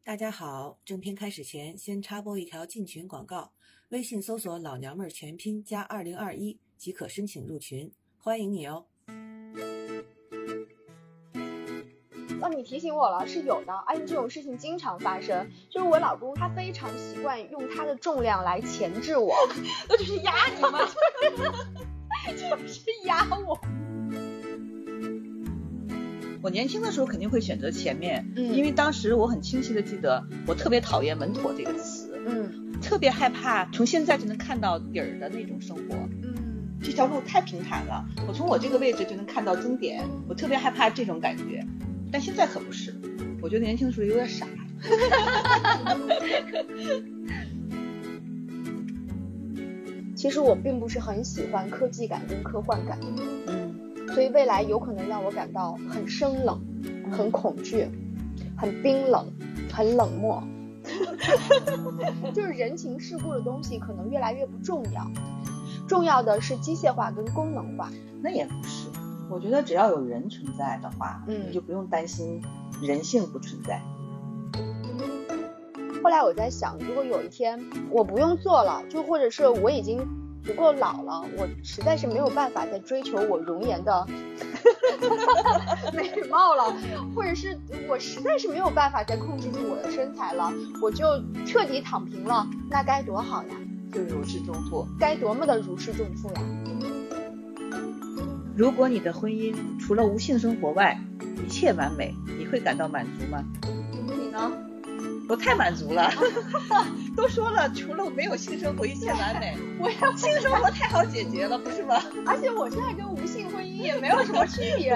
大家好，正片开始前先插播一条进群广告，微信搜索老娘们儿全拼加2021即可申请入群，欢迎你哦。 你提醒我了，是有的，而且这种事情经常发生。就是我老公他非常习惯用他的重量来钳制我，那就是压你嘛，就是压我。 我年轻的时候肯定会选择前面，因为当时我很清晰的记得，我特别讨厌稳妥这个词，特别害怕从现在就能看到底儿的那种生活，这条路太平坦了，我从我这个位置就能看到终点，我特别害怕这种感觉。但现在可不是，我觉得年轻的时候有点傻。 其实我并不是很喜欢科技感跟科幻感，所以未来有可能让我感到很生冷，很恐惧，很冰冷，很冷漠。就是人情世故的东西可能越来越不重要，重要的是机械化跟功能化。 那也不是，我觉得只要有人存在的话，你就不用担心人性不存在。 后来我在想，如果有一天我不用做了，就或者是我已经足够老了，我实在是没有办法再追求我容颜的美貌了，或者是我实在是没有办法再控制住我的身材了，我就彻底躺平了，那该多好呀， 就如释重负， 该多么的如释重负呀。 如果你的婚姻除了无性生活外一切完美，你会感到满足吗？ 你呢？ 我太满足了。都说了，除了没有性生活一切完美，性生活太好解决了，不是吗？ 而且我现在跟无性婚姻也没有什么区别。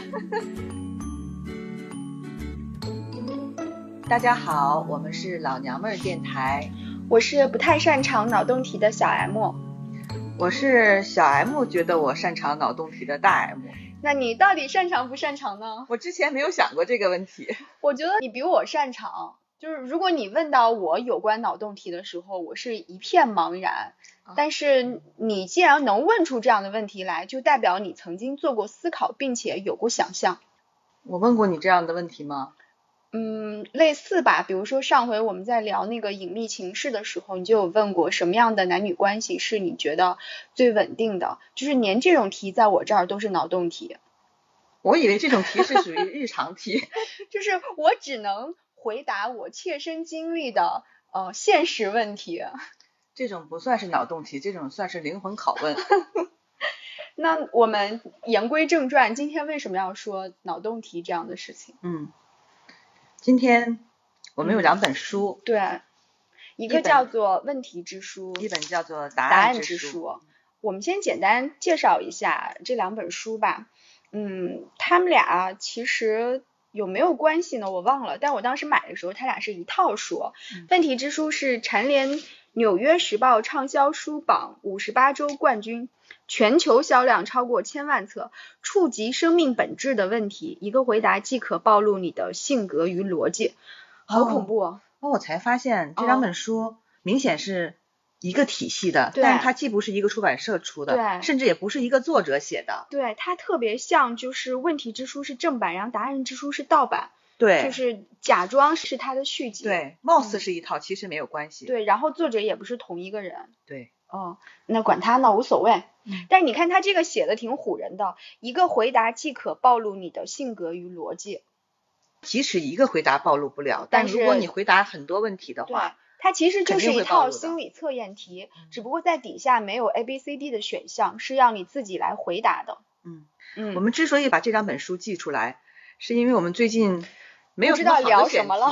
大家好，我们是老娘们儿电台， 我是不太擅长脑洞题的小 M， 我是小 M 觉得我擅长脑洞题的大 M。 那你到底擅长不擅长呢？ 我之前没有想过这个问题。 我觉得你比我擅长，就是如果你问到我有关脑洞题的时候，我是一片茫然，但是你既然能问出这样的问题来，就代表你曾经做过思考并且有过想象。 我问过你这样的问题吗？ 类似吧，比如说上回我们在聊那个隐秘情事的时候，你就有问过什么样的男女关系是你觉得最稳定的，就是连这种题在我这儿都是脑洞题。 我以为这种题是属于日常题。 就是我只能回答我切身经历的现实问题。 这种不算是脑洞题，这种算是灵魂拷问。 那我们言归正传，今天为什么要说脑洞题这样的事情？ 今天我们有两本书， 对，一个叫做问题之书， 一本叫做答案之书。我们先简单介绍一下这两本书吧。他们俩其实有没有关系呢？我忘了，但我当时买的时候，它俩是一套书。问题之书是蝉联纽约时报畅销书榜58周冠军，全球销量超过1000万册，触及生命本质的问题，一个回答即可暴露你的性格与逻辑。好恐怖哦！ 我才发现这两本书明显是一个体系的，但是它既不是一个出版社出的，甚至也不是一个作者写的。 对，它特别像就是问题之书是正版，然后答案之书是盗版。 对， 就是假装是它的续集。 对，貌似是一套，其实没有关系。 对，然后作者也不是同一个人。 对。 那管他呢，无所谓。但是你看他这个写的挺唬人的，一个回答即可暴露你的性格与逻辑。 即使一个回答暴露不了，但如果你回答很多问题的话， 它其实就是一套心理测验题，只不过在底下没有 ABCD 的选项，是让你自己来回答的。 我们之所以把这两本书寄出来，是因为我们最近没有不知道聊什么了。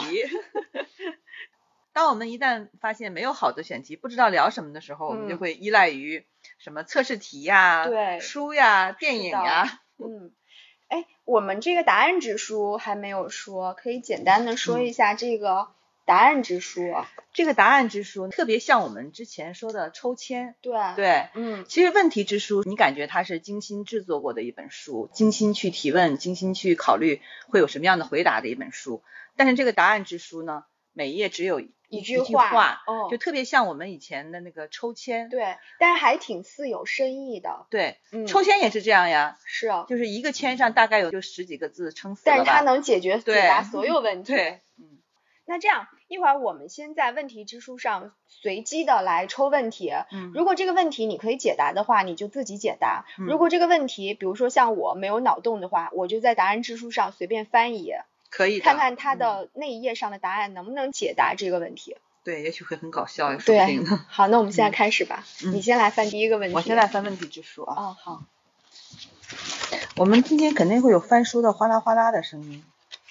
当我们一旦发现没有好的选题，不知道聊什么的时候，我们就会依赖于什么测试题呀、书呀、电影呀。 我们这个答案之书还没有说，可以简单的说一下这个答案之书。 这个答案之书特别像我们之前说的抽签。 对， 其实问题之书，你感觉它是精心制作过的一本书，精心去提问，精心去考虑会有什么样的回答的一本书。但是这个答案之书呢，每一页只有一句话，就特别像我们以前的那个抽签。 对，但是还挺似有深意的。 对，抽签也是这样呀。 是就是一个签上大概有就10几个字撑死了吧。 但是它能解决解答所有问题。 对， 那这样一会儿我们先在问题之书上随机的来抽问题，如果这个问题你可以解答的话，你就自己解答，如果这个问题比如说像我没有脑洞的话，我就在答案之书上随便翻一页， 可以的， 看看它的那一页上的答案能不能解答这个问题。 对，也许会很搞笑，也说不定的。 好，那我们现在开始吧。你先来翻第一个问题。 我先来翻问题之书啊。 哦，好。 我们今天肯定会有翻书的哗啦哗啦的声音。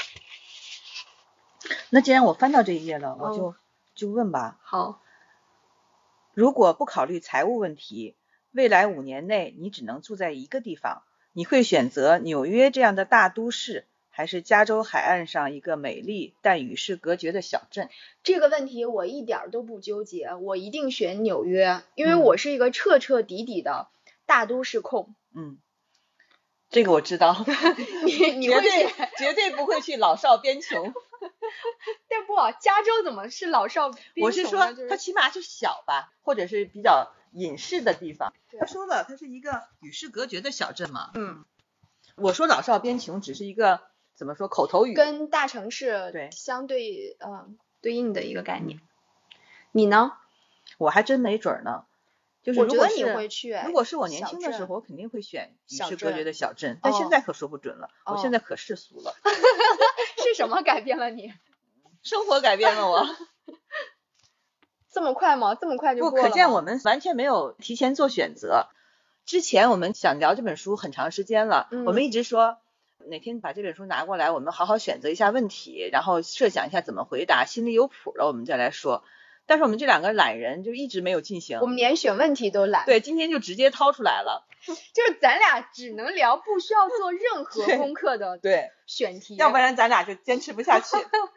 那既然我翻到这一页了，我就问吧。 好。 如果不考虑财务问题，未来5年内你只能住在一个地方，你会选择纽约这样的大都市，还是加州海岸上一个美丽但与世隔绝的小镇？ 这个问题我一点都不纠结，我一定选纽约，因为我是一个彻彻底底的大都市控。 这个我知道。 你会绝对不会去老少边穷。 但不，加州怎么是老少边穷呢？ 我是说它起码是小吧，或者是比较隐士的地方。他说了，它是一个与世隔绝的小镇嘛。我说老少边穷只是一个怎么说口头语， 跟大城市相对对应的一个概念。你呢？ 我还真没准呢。就是我觉得你会去。 如果是我年轻的时候，我肯定会选与世隔绝的小镇，但现在可说不准了。我现在可世俗了。 是什么改变了你？ 生活改变了我。 这么快吗？这么快就过了吗？ 不，可见我们完全没有提前做选择。之前我们想聊这本书很长时间了，我们一直说哪天把这本书拿过来，我们好好选择一下问题，然后设想一下怎么回答，心里有谱了我们再来说。但是我们这2个懒人就一直没有进行， 我们连选问题都懒。 对，今天就直接掏出来了。 就是咱俩只能聊不需要做任何功课的选题， 要不然咱俩就坚持不下去。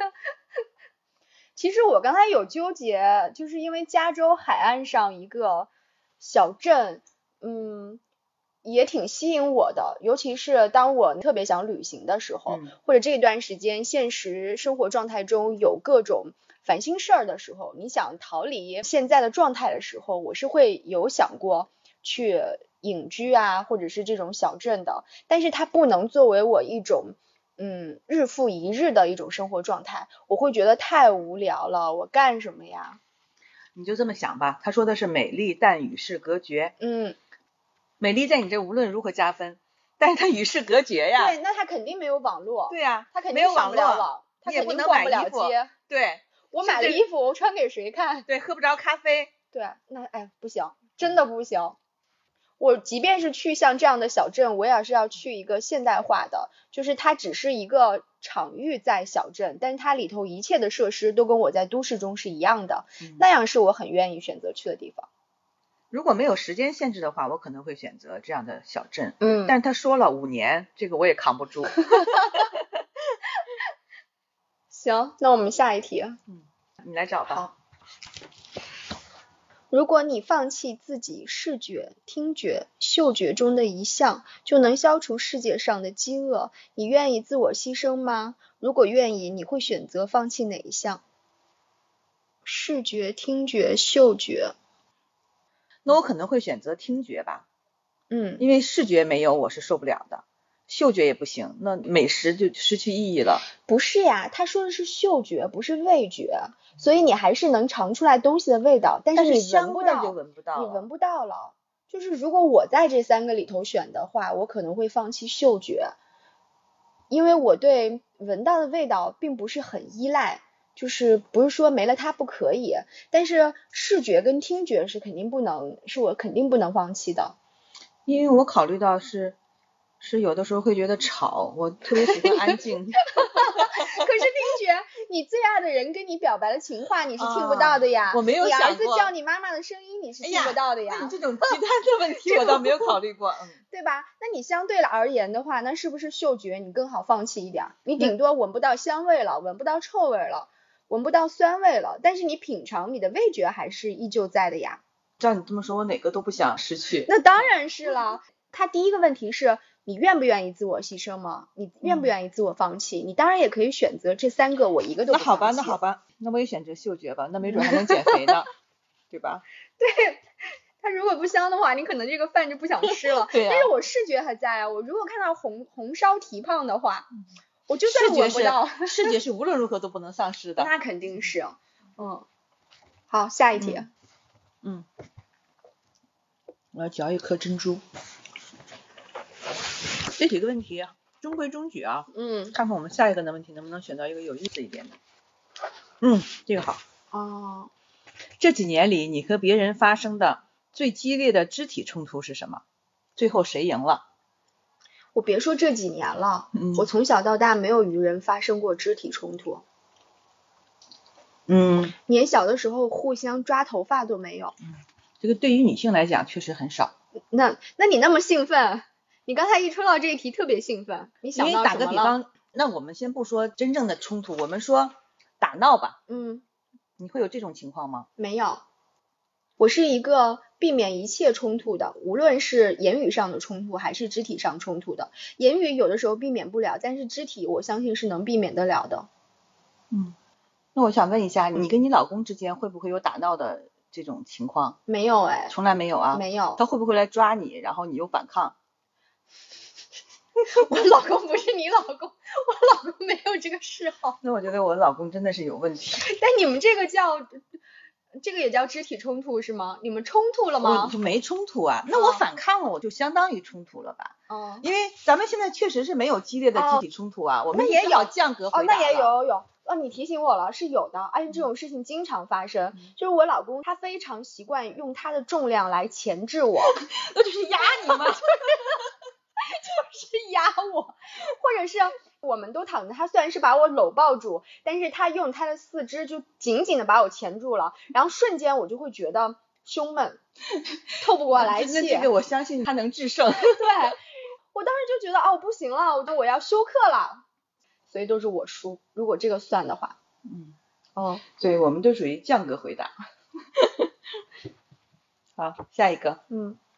其实我刚才有纠结，就是因为加州海岸上一个小镇，也挺吸引我的，尤其是当我特别想旅行的时候，或者这段时间现实生活状态中有各种烦心事儿的时候，你想逃离现在的状态的时候，我是会有想过去隐居啊，或者是这种小镇的，但是它不能作为我一种日复一日的一种生活状态，我会觉得太无聊了，我干什么呀？ 你就这么想吧，他说的是美丽但与世隔绝。美丽在你这无论如何加分，但是它与世隔绝呀。 对，那它肯定没有网络。 对呀， 它肯定上不了网，它肯定逛不了街。 对， 我买了衣服，我穿给谁看？ 对，喝不着咖啡。 对，那不行，真的不行。我即便是去像这样的小镇，我也是要去一个现代化的，就是它只是一个场域在小镇，但是它里头一切的设施都跟我在都市中是一样的，那样是我很愿意选择去的地方。 如果没有时间限制的话，我可能会选择这样的小镇。但是他说了5年，这个我也扛不住。 行，那我们下一题。 你来找吧。 好。如果你放弃自己视觉、听觉、嗅觉中的一项，就能消除世界上的饥饿，你愿意自我牺牲吗？如果愿意，你会选择放弃哪一项？视觉、听觉、嗅觉。 那我可能会选择听觉吧。因为视觉没有我是受不了的，嗅觉也不行，那美食就失去意义了。 不是呀，他说的是嗅觉，不是味觉，所以你还是能尝出来东西的味道，但是你闻不到， 就闻不到， 你闻不到了。就是如果我在这3个里头选的话，我可能会放弃嗅觉，因为我对闻到的味道并不是很依赖，就是不是说没了它不可以，但是视觉跟听觉是我肯定不能放弃的。 因为我考虑到是有的时候会觉得吵，我特别喜欢安静。 可是听觉，你最爱的人跟你表白的情话你是听不到的呀。 我没有想过。 你儿子叫你妈妈的声音你是听不到的呀。 那你这种极端的问题我倒没有考虑过。 对吧？那你相对而言的话，那是不是嗅觉你更好放弃一点？你顶多闻不到香味了，闻不到臭味了，闻不到酸味了，但是你品尝你的味觉还是依旧在的呀。 照你这么说，我哪个都不想失去。 那当然是了。他第一个问题是你愿不愿意自我牺牲吗？你愿不愿意自我放弃？你当然也可以选择这3个我一个都不放弃。 那好吧，那我也选择嗅觉吧，那没准还能减肥呢。对吧？ 对，它如果不香的话，你可能这个饭就不想吃了。 对啊。 但是我视觉还在啊，我如果看到红烧蹄膀的话， 我就算闻不到， 视觉是无论如何都不能丧失的。 那肯定是。好，下一题。 我要嚼一颗珍珠。这几个问题中规中矩啊。看看我们下一个的问题能不能选到一个有意思一点的。这个好。这几年里你和别人发生的最激烈的肢体冲突是什么？最后谁赢了？ 我别说这几年了，我从小到大没有与人发生过肢体冲突。连小的时候互相抓头发都没有。 这个对于女性来讲确实很少。 那你那么兴奋，你刚才一说到这一题特别兴奋，你想到什么了？ 因为打个比方，那我们先不说真正的冲突，我们说打闹吧。你会有这种情况吗？ 没有，我是一个避免一切冲突的，无论是言语上的冲突还是肢体上冲突的。言语有的时候避免不了，但是肢体我相信是能避免得了的。 那我想问一下，你跟你老公之间会不会有打闹的这种情况？ 没有从来没有啊？ 没有。 他会不会来抓你，然后你又反抗？ 我老公不是你老公，我老公没有这个嗜好。 那我觉得我老公真的是有问题。 但你们这个也叫肢体冲突是吗？你们冲突了吗？ 我没冲突啊，那我反抗了，我就相当于冲突了吧？因为咱们现在确实是没有激烈的肢体冲突啊，我们也有降格回答了。 那也有。你提醒我了，是有的，而且这种事情经常发生。就是我老公他非常习惯用他的重量来钳制我。 那就是压你吗？ 就是压我，或者是我们都躺着，他虽然是把我搂抱住，但是他用他的四肢就紧紧的把我钳住了，然后瞬间我就会觉得胸闷，透不过来气。 这个我相信他能制胜。 对，我当时就觉得不行了，我要休克了，所以都是我输，如果这个算的话。 所以我们都属于降格回答。好，下一个。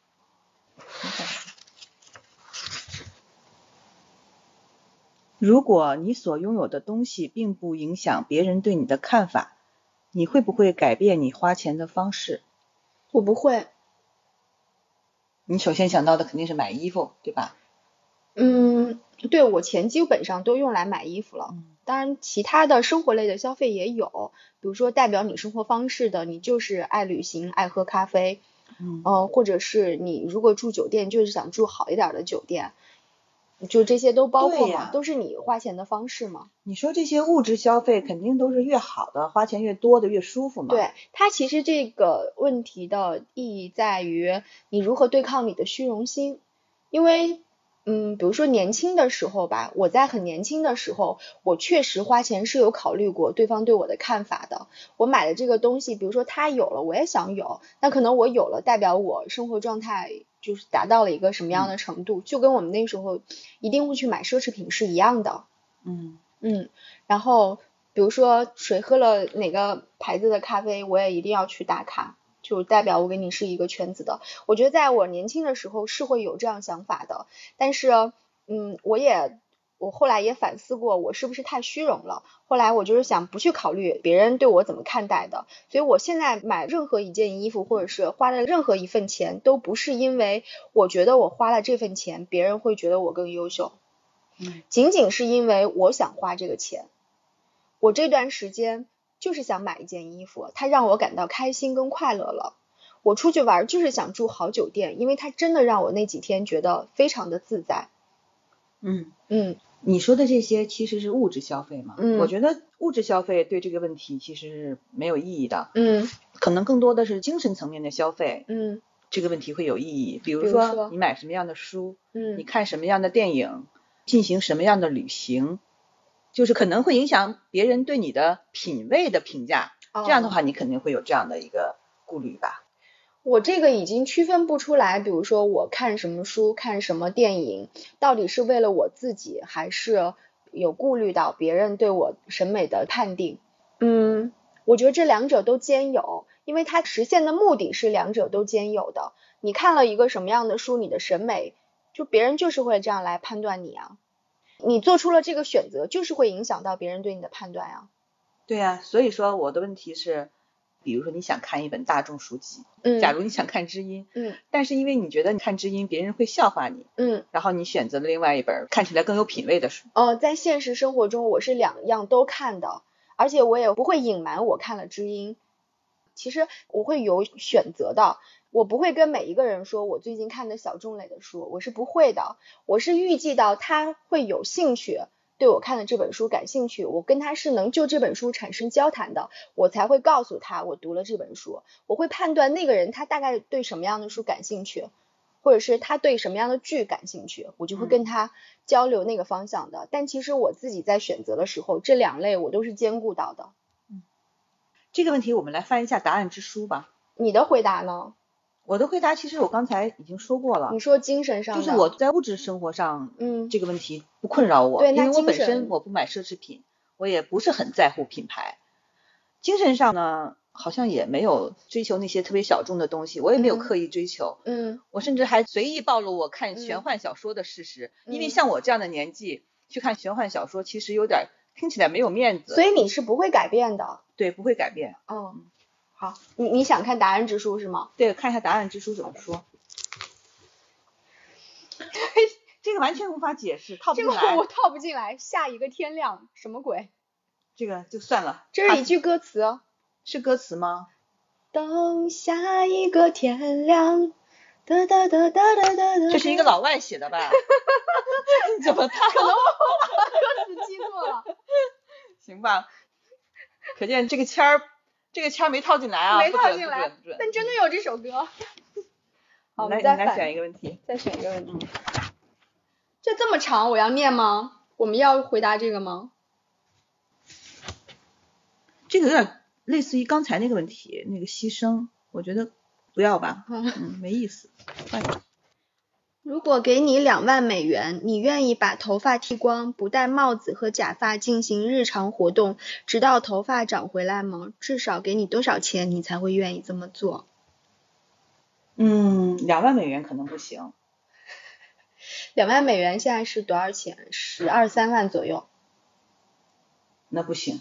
如果你所拥有的东西并不影响别人对你的看法，你会不会改变你花钱的方式？ 我不会。 你首先想到的肯定是买衣服，对吧？ 对，我钱基本上都用来买衣服了。当然其他的生活类的消费也有，比如说代表你生活方式的，你就是爱旅行爱喝咖啡，或者是你如果住酒店就是想住好一点的酒店，就这些都包括嘛，都是你花钱的方式嘛。 你说这些物质消费肯定都是越好的，花钱越多的越舒服嘛。 对，它其实这个问题的意义在于你如何对抗你的虚荣心。因为比如说年轻的时候吧，我在很年轻的时候，我确实花钱是有考虑过对方对我的看法的。我买的这个东西，比如说他有了，我也想有，那可能我有了代表我生活状态就是达到了一个什么样的程度，就跟我们那时候一定会去买奢侈品是一样的。然后比如说谁喝了哪个牌子的咖啡，我也一定要去打卡，就代表我跟你是一个圈子的。我觉得在我年轻的时候是会有这样想法的，但是我后来也反思过，我是不是太虚荣了。后来我就是想不去考虑别人对我怎么看待的，所以我现在买任何一件衣服或者是花了任何一份钱，都不是因为我觉得我花了这份钱别人会觉得我更优秀，仅仅是因为我想花这个钱。我这段时间就是想买一件衣服，它让我感到开心跟快乐了。我出去玩就是想住好酒店，因为它真的让我那几天觉得非常的自在。 你说的这些其实是物质消费嘛？我觉得物质消费对这个问题其实是没有意义的。可能更多的是精神层面的消费。这个问题会有意义。比如说你买什么样的书，你看什么样的电影，进行什么样的旅行，就是可能会影响别人对你的品味的评价。这样的话你肯定会有这样的一个顾虑吧。 我这个已经区分不出来，比如说我看什么书看什么电影到底是为了我自己还是有顾虑到别人对我审美的判定。我觉得这两者都兼有，因为它实现的目的是两者都兼有的。你看了一个什么样的书，你的审美就别人就是会这样来判断你啊，你做出了这个选择就是会影响到别人对你的判断啊。 对啊，所以说我的问题是比如说你想看一本大众书籍，假如你想看知音，但是因为你觉得你看知音别人会笑话你，然后你选择了另外一本看起来更有品位的书。 在现实生活中我是2样都看的，而且我也不会隐瞒我看了知音，其实我会有选择的，我不会跟每一个人说我最近看的小众类的书，我是不会的，我是预计到他会有兴趣，对我看的这本书感兴趣，我跟他是能就这本书产生交谈的，我才会告诉他我读了这本书，我会判断那个人他大概对什么样的书感兴趣，或者是他对什么样的剧感兴趣，我就会跟他交流那个方向的。但其实我自己在选择的时候，这2类我都是兼顾到的。 这个问题我们来翻一下答案之书吧。 你的回答呢？ 我的回答其实我刚才已经说过了。 你说精神上的， 就是我在物质生活上，这个问题不困扰我，因为我本身我不买奢侈品，我也不是很在乎品牌。精神上呢，好像也没有追求那些特别小众的东西，我也没有刻意追求。我甚至还随意暴露我看玄幻小说的事实，因为像我这样的年纪去看玄幻小说，其实有点听起来没有面子。 所以你是不会改变的。 对，不会改变。 好，你想看答案之书是吗？ 对，看一下答案之书怎么说。这个完全无法解释，套不进来。 这个我套不进来，下一个天亮，什么鬼？ 这个就算了。 这是一句歌词。 是歌词吗？ 等下一个天亮，哒哒哒哒哒哒哒。 这是一个老外写的吧？怎么套？ 可能我把歌词记错了。 行吧，可见这个签儿没套进来啊， 没套进来，但真的有这首歌。好，我们再选一个问题， 再选一个问题。这么长，我要念吗？我们要回答这个吗？ 这个有点类似于刚才那个问题，那个牺牲，我觉得不要吧，没意思。 如果给你2万美元，你愿意把头发剃光，不戴帽子和假发进行日常活动，直到头发长回来吗？至少给你多少钱，你才会愿意这么做 ？2万美元可能不行。 2万美元现在是多少钱？12、13万左右。 那不行。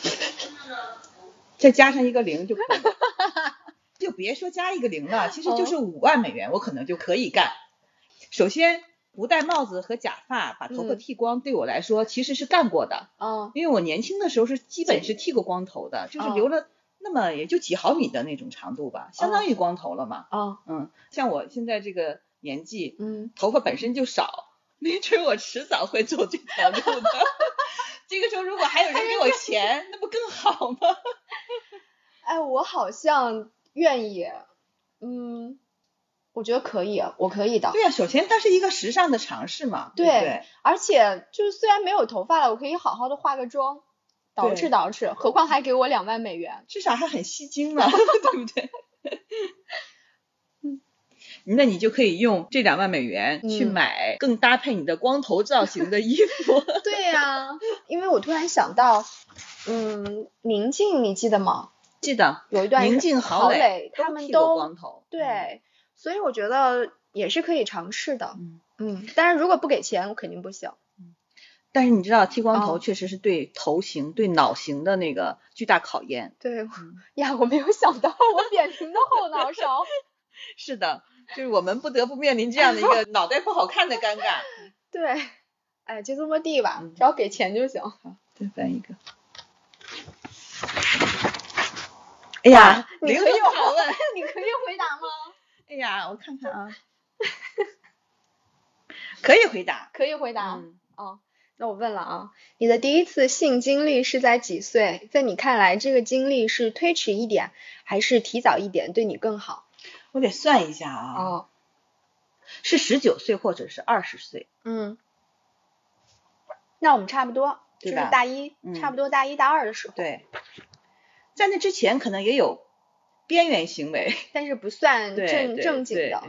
再加上一个0就可以了。就别说加一个0了，其实就是5万美元，我可能就可以干。首先不戴帽子和假发，把头发剃光，对我来说其实是干过的。因为我年轻的时候是基本是剃过光头的，就是留了那么也就几毫米的那种长度吧，相当于光头了嘛。像我现在这个年纪，头发本身就少，没准我迟早会走这条路的。这个时候如果还有人给我钱，那不更好吗？ 我好像愿意。我觉得可以，我可以的。 对啊，首先它是一个时尚的尝试嘛。对， 而且就是虽然没有头发了，我可以好好的化个妆，捯饬，何况还给我2万美元， 至少还很吸睛呢，对不对？那你就可以用这2万美元去买更搭配你的光头造型的衣服。 对呀，因为我突然想到，宁静你记得吗？ 记得， 有一段宁静、郝蕾他们都光头。 对，所以我觉得也是可以尝试的。但是如果不给钱，我肯定不行。 但是你知道剃光头确实是对头型、对脑型的那个巨大考验。 对呀，我没有想到我扁平的后脑勺。 是的，就是我们不得不面临这样的一个脑袋不好看的尴尬。 对，就这么地吧，只要给钱就行。 好，再翻一个。哎呀， 你可以拷问，你可以回答吗？ 哎呀，我看看啊。可以回答。 可以回答。那我问了啊，你的第一次性经历是在几岁？在你看来，这个经历是推迟一点，还是提早一点对你更好？ 我得算一下啊。是19岁或者是20岁。 那我们差不多，就是大一，差不多大1、大2的时候。 对，在那之前可能也有边缘行为， 但是不算正经的。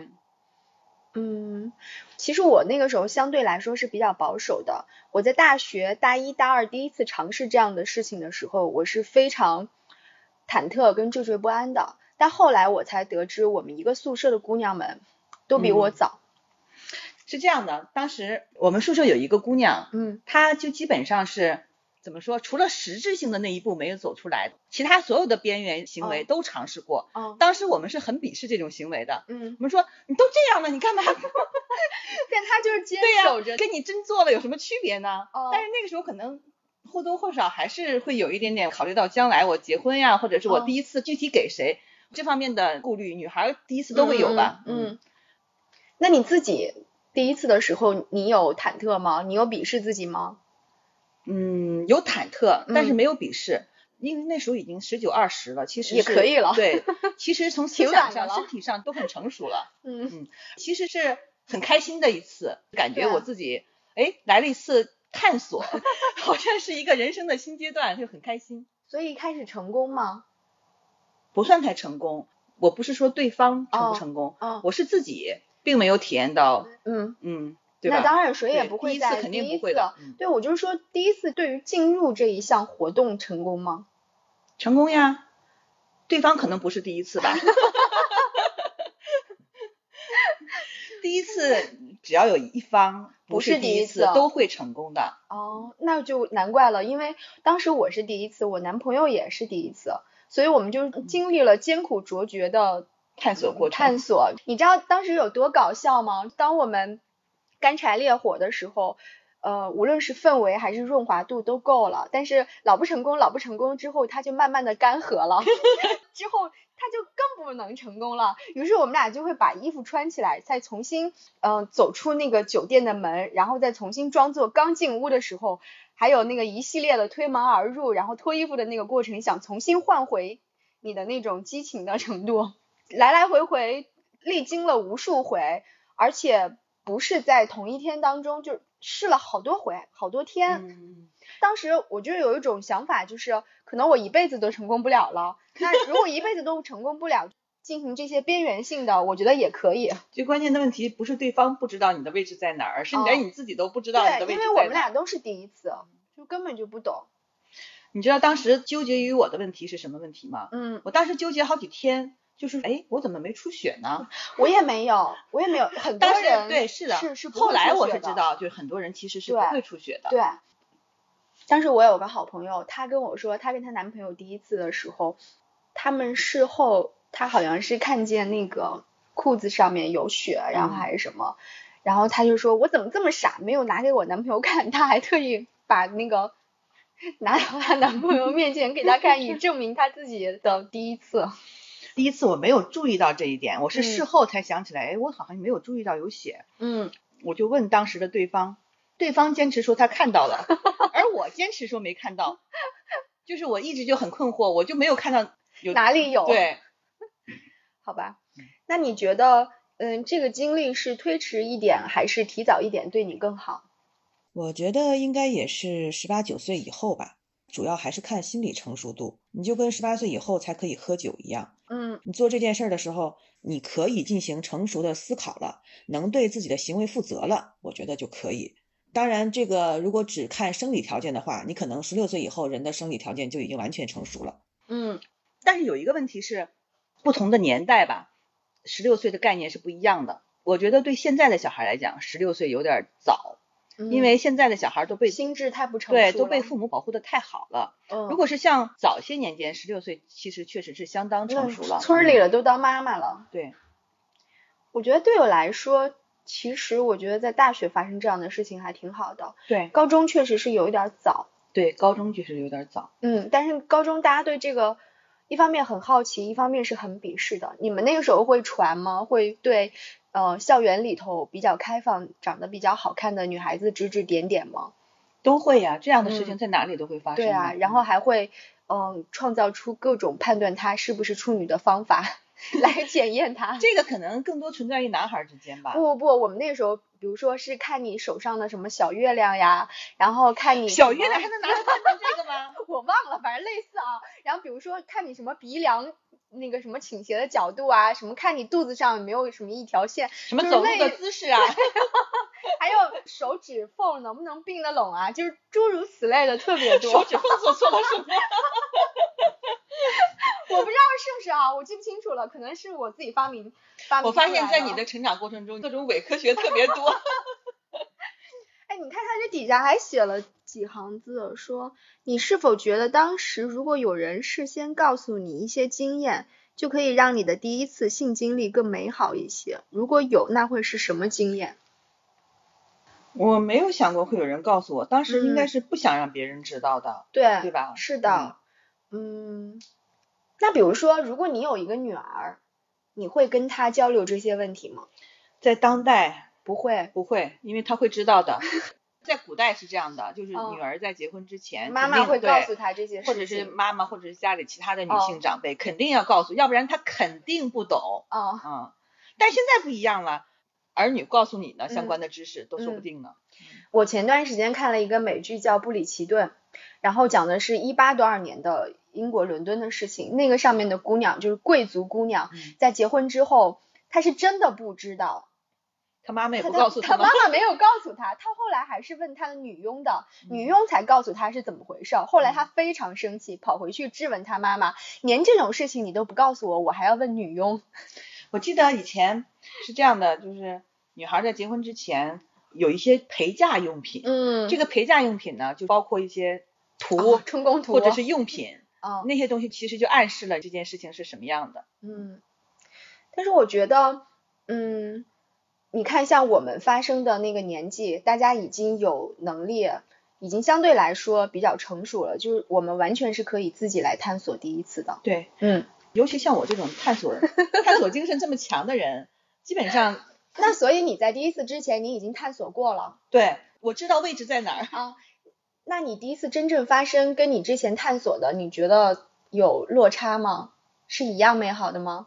其实我那个时候相对来说是比较保守的。我在大学大1、大2第一次尝试这样的事情的时候，我是非常忐忑跟惴惴不安的。但后来我才得知，我们一个宿舍的姑娘们都比我早。 是这样的，当时我们宿舍有一个姑娘，她就基本上是怎么说，除了实质性的那一步没有走出来，其他所有的边缘行为都尝试过。当时我们是很鄙视这种行为的。我们说你都这样了，你干嘛？ 但他就是坚守着， 跟你真做了有什么区别呢？但是那个时候可能或多或少还是会有一点点考虑到将来我结婚呀，或者是我第一次具体给谁，这方面的顾虑，女孩第一次都会有吧。 那你自己第一次的时候，你有忐忑吗？你有鄙视自己吗？ 有忐忑，但是没有鄙视，因为那时候已经19、20了，其实也可以了。 对，其实从思想上、身体上都很成熟了。其实是很开心的一次，感觉我自己来了一次探索，好像是一个人生的新阶段，就很开心。 所以一开始成功吗？ 不算太成功，我不是说对方成不成功，我是自己并没有体验到。对吧？ 那当然谁也不会在第一次肯定不会的。 对，我就是说第一次对于进入这一项活动成功吗？ 成功呀，对方可能不是第一次吧。第一次只要有一方不是第一次都会成功的。 那就难怪了，因为当时我是第一次，我男朋友也是第一次，所以我们就经历了艰苦卓绝的探索过程。 你知道当时有多搞笑吗？当我们干柴烈火的时候，无论是氛围还是润滑度都够了，但是老不成功之后，它就慢慢的干涸了，之后它就更不能成功了。于是我们俩就会把衣服穿起来，再重新走出那个酒店的门，然后再重新装作刚进屋的时候，还有那个一系列的推门而入，然后脱衣服的那个过程，想重新换回你的那种激情的程度，来来回回历经了无数回，而且不是在同一天当中，就试了好多回好多天。当时我就有一种想法，就是可能我一辈子都成功不了了，那如果一辈子都成功不了，进行这些边缘性的，我觉得也可以。 最关键的问题不是对方不知道你的位置在哪儿，是连你自己都不知道你的位置在哪儿。 对，因为我们俩都是第一次，就根本就不懂。 你知道当时纠结于我的问题是什么问题吗？我当时纠结好几天，就是我怎么没出血呢？ 我也没有，很多人对，是的， 是后来我是知道，就是很多人其实是不会出血的。 对。当时我有个好朋友，她跟我说，她跟她男朋友第一次的时候，他们事后，她好像是看见那个裤子上面有血，然后还是什么，然后她就说，我怎么这么傻，没有拿给我男朋友看，她还特意把那个拿到她男朋友面前给他看，以证明她自己的第一次。 第一次我没有注意到这一点，我是事后才想起来，我好像没有注意到有血。我就问当时的对方坚持说他看到了，而我坚持说没看到，就是我一直就很困惑，我就没有看到哪里有。 对， 好吧，那你觉得这个经历是推迟一点还是提早一点对你更好？ 我觉得应该也是18、19岁以后吧，主要还是看心理成熟度。你就跟18岁以后才可以喝酒一样，你做这件事的时候，你可以进行成熟的思考了，能对自己的行为负责了，我觉得就可以。当然这个如果只看生理条件的话，你可能16岁以后人的生理条件就已经完全成熟了。 但是有一个问题是，不同的年代吧，16岁的概念是不一样的。我觉得对现在的小孩来讲16岁有点早，因为现在的小孩都被心智太不成熟了， 对，都被父母保护的太好了。如果是像早些年间16岁其实确实是相当成熟了， 村里了都当妈妈了。 对， 我觉得对我来说，其实我觉得在大学发生这样的事情还挺好的。 对， 高中确实是有一点早。 对，高中确实有点早。 但是高中大家对这个一方面很好奇，一方面是很鄙视的。你们那个时候会传吗？会对校园里头比较开放、长得比较好看的女孩子指指点点吗？ 都会呀，这样的事情在哪里都会发生。 对啊，然后还会创造出各种判断她是不是处女的方法来检验她。 这个可能更多存在于男孩之间吧。 不，我们那时候比如说是看你手上的什么小月亮呀，然后看你小月亮还能拿来判断这个吗？ 我忘了，反正类似啊。然后比如说看你什么鼻梁那个什么倾斜的角度啊，什么看你肚子上有没有什么一条线， 什么走路的姿势啊， 还有手指缝能不能并得拢啊，就是诸如此类的特别多。 手指缝做错了什么？ 我不知道是不是啊，我记不清楚了，可能是我自己发明我发现在你的成长过程中，各种伪科学特别多。 你看它这底下还写了几行字说，你是否觉得当时如果有人事先告诉你一些经验，就可以让你的第一次性经历更美好一些？如果有，那会是什么经验？ 我没有想过会有人告诉我，当时应该是不想让别人知道的，对吧？ 是的，那比如说，如果你有一个女儿，你会跟她交流这些问题吗？ 在当代不会， 因为她会知道的。在古代是这样的，就是女儿在结婚之前， 妈妈会告诉她这些事情， 或者是妈妈，或者是家里其他的女性长辈，肯定要告诉，要不然她肯定不懂。但现在不一样了，儿女告诉你呢，相关的知识都说不定呢。 我前段时间看了一个美剧叫《布里奇顿》，然后讲的是18多少年的英国伦敦的事情。那个上面的姑娘就是贵族姑娘，在结婚之后，她是真的不知道。 他妈妈也不告诉他， 他妈妈没有告诉他，他后来还是问他的女佣的，女佣才告诉他是怎么回事。后来他非常生气，跑回去质问他妈妈，连这种事情你都不告诉我，我还要问女佣。 我记得以前是这样的，就是女孩在结婚之前有一些陪嫁用品，这个陪嫁用品呢，就包括一些图、 春宫图或者是用品，那些东西其实就暗示了这件事情是什么样的。 但是我觉得，你看像我们发生的那个年纪，大家已经有能力，已经相对来说比较成熟了，就是我们完全是可以自己来探索第一次的。 对，尤其像我这种探索精神这么强的人，基本上那所以你在第一次之前你已经探索过了。 对，我知道位置在哪儿啊。那你第一次真正发生跟你之前探索的，你觉得有落差吗？是一样美好的吗？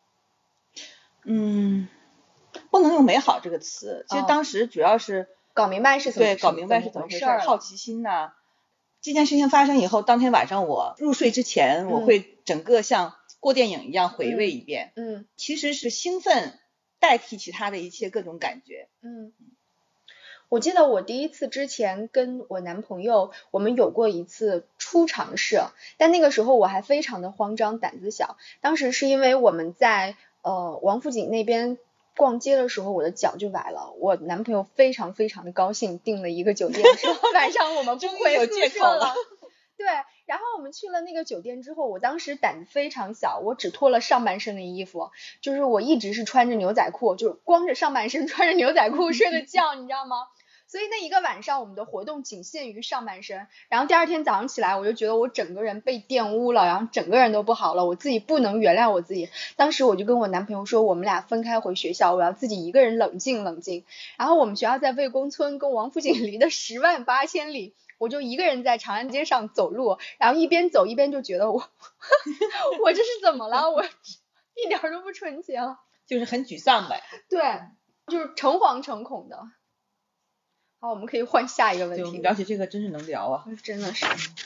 不能用美好这个词，其实当时主要是搞明白是怎么回事，好奇心呐。这件事情发生以后，当天晚上我入睡之前，我会整个像过电影一样回味一遍。其实是兴奋代替其他的一切各种感觉。 我记得我第一次之前跟我男朋友，我们有过一次初尝试，但那个时候我还非常的慌张，胆子小。当时是因为我们在王府井那边逛街的时候，我的脚就崴了。我男朋友非常非常的高兴，订了一个酒店，说晚上我们不回宿舍了。对，然后我们去了那个酒店之后，我当时胆子非常小，我只脱了上半身的衣服，就是我一直是穿着牛仔裤，就是光着上半身穿着牛仔裤睡的觉，你知道吗？所以那一个晚上我们的活动仅限于上半身，然后第二天早上起来我就觉得我整个人被玷污了，然后整个人都不好了，我自己不能原谅我自己。当时我就跟我男朋友说，我们俩分开回学校，我要自己一个人冷静冷静。然后我们学校在魏公村，跟王府井离的108000里，我就一个人在长安街上走路，然后一边走一边就觉得我这是怎么了，我一点都不纯洁了， 就是很沮丧呗。 对，就是诚惶诚恐的。好，我们可以换下一个问题。 对，我们聊起这个真是能聊啊， 真的是。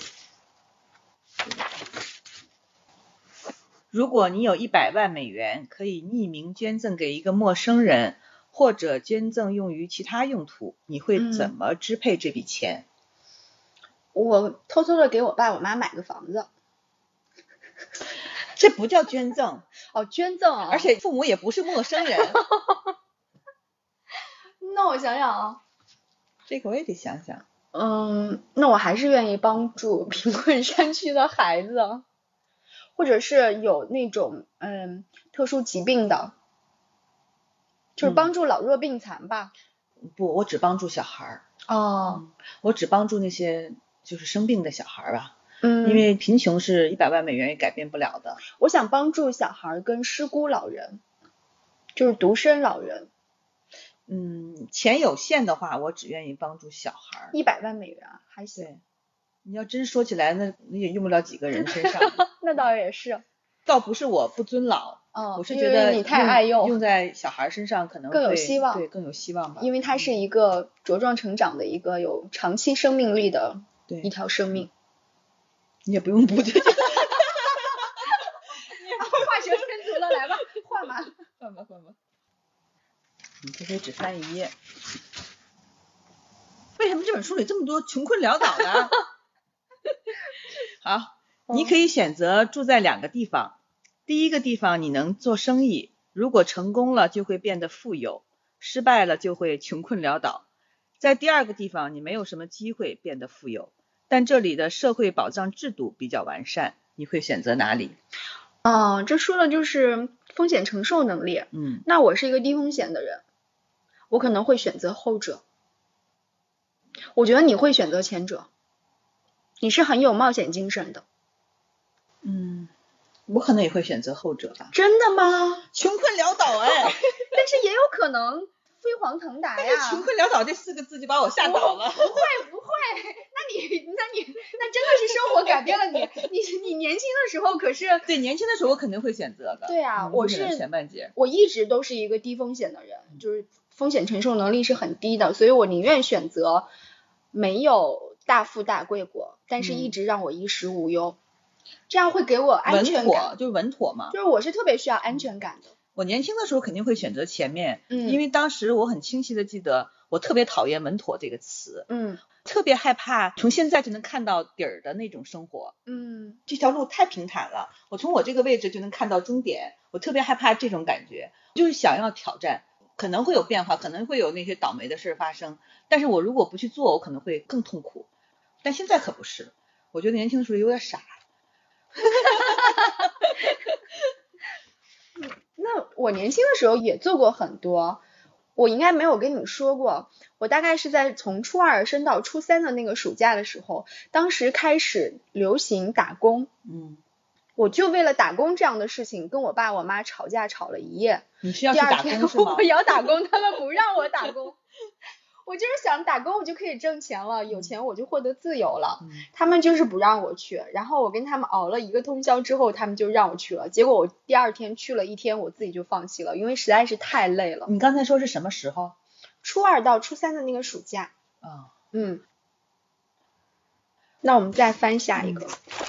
如果你有100万美元，可以匿名捐赠给一个陌生人，或者捐赠用于其他用途，你会怎么支配这笔钱？ 我偷偷的给我爸我妈买个房子。 这不叫捐赠。 捐赠啊！ 而且父母也不是陌生人。 那我想想啊。 这个我也得想想。 那我还是愿意帮助贫困山区的孩子，或者是有那种特殊疾病的，就是帮助老弱病残吧。 不，我只帮助小孩。我只帮助那些就是生病的小孩吧。因为贫穷是100万美元也改变不了的。 我想帮助小孩跟失孤老人，就是独生老人。 钱有限的话，我只愿意帮助小孩。 100万美元还行。 对，你要真说起来，那也用不了几个人身上。 那倒也是。 倒不是我不尊老，我是觉得你太爱用在小孩身上可能更有希望。 对，更有希望吧。 因为它是一个茁壮成长的一个有长期生命力的一条生命。 你也不用补这个。化学生读了，来吧，换吧。 你这回只翻1页。为什么这本书里这么多穷困潦倒的？好，你可以选择住在2个地方。第一个地方你能做生意，如果成功了就会变得富有，失败了就会穷困潦倒。 在第二个地方你没有什么机会变得富有，但这里的社会保障制度比较完善，你会选择哪里？ 这说的就是风险承受能力。那我是一个低风险的人，我可能会选择后者。我觉得你会选择前者，你是很有冒险精神的。 我可能也会选择后者吧。 真的吗？ 穷困潦倒哎。 但是也有可能飞黄腾达呀。 穷困潦倒这4个字就把我吓倒了。 不会，那真的是生活改变了你。你年轻的时候可是。 对，年轻的时候我肯定会选择的。 对啊，我是前半截。 我一直都是一个低风险的人，就是风险承受能力是很低的，所以我宁愿选择没有大富大贵过，但是一直让我衣食无忧。这样会给我安全感， 就是稳妥嘛。 就是我是特别需要安全感的。 我年轻的时候肯定会选择前面，因为当时我很清晰的记得，我特别讨厌稳妥这个词，特别害怕从现在就能看到底儿的那种生活，这条路太平坦了，我从我这个位置就能看到终点，我特别害怕这种感觉，就是想要挑战，可能会有变化，可能会有那些倒霉的事发生，但是我如果不去做，我可能会更痛苦。但现在可不是，我觉得年轻的时候有点傻。 那我年轻的时候也做过很多，我应该没有跟你说过，我大概是在从初2升到初3的那个暑假的时候，当时开始流行打工，我就为了打工这样的事情跟我爸我妈吵架吵了一夜。 你是要去打工是吗？ 我要打工，他们不让我打工。我就是想打工我就可以挣钱了，有钱我就获得自由了，他们就是不让我去，然后我跟他们熬了一个通宵之后，他们就让我去了，结果我第2天去了1天，我自己就放弃了，因为实在是太累了。 你刚才说是什么时候？ 初2到初3的那个暑假。那我们再翻下一个。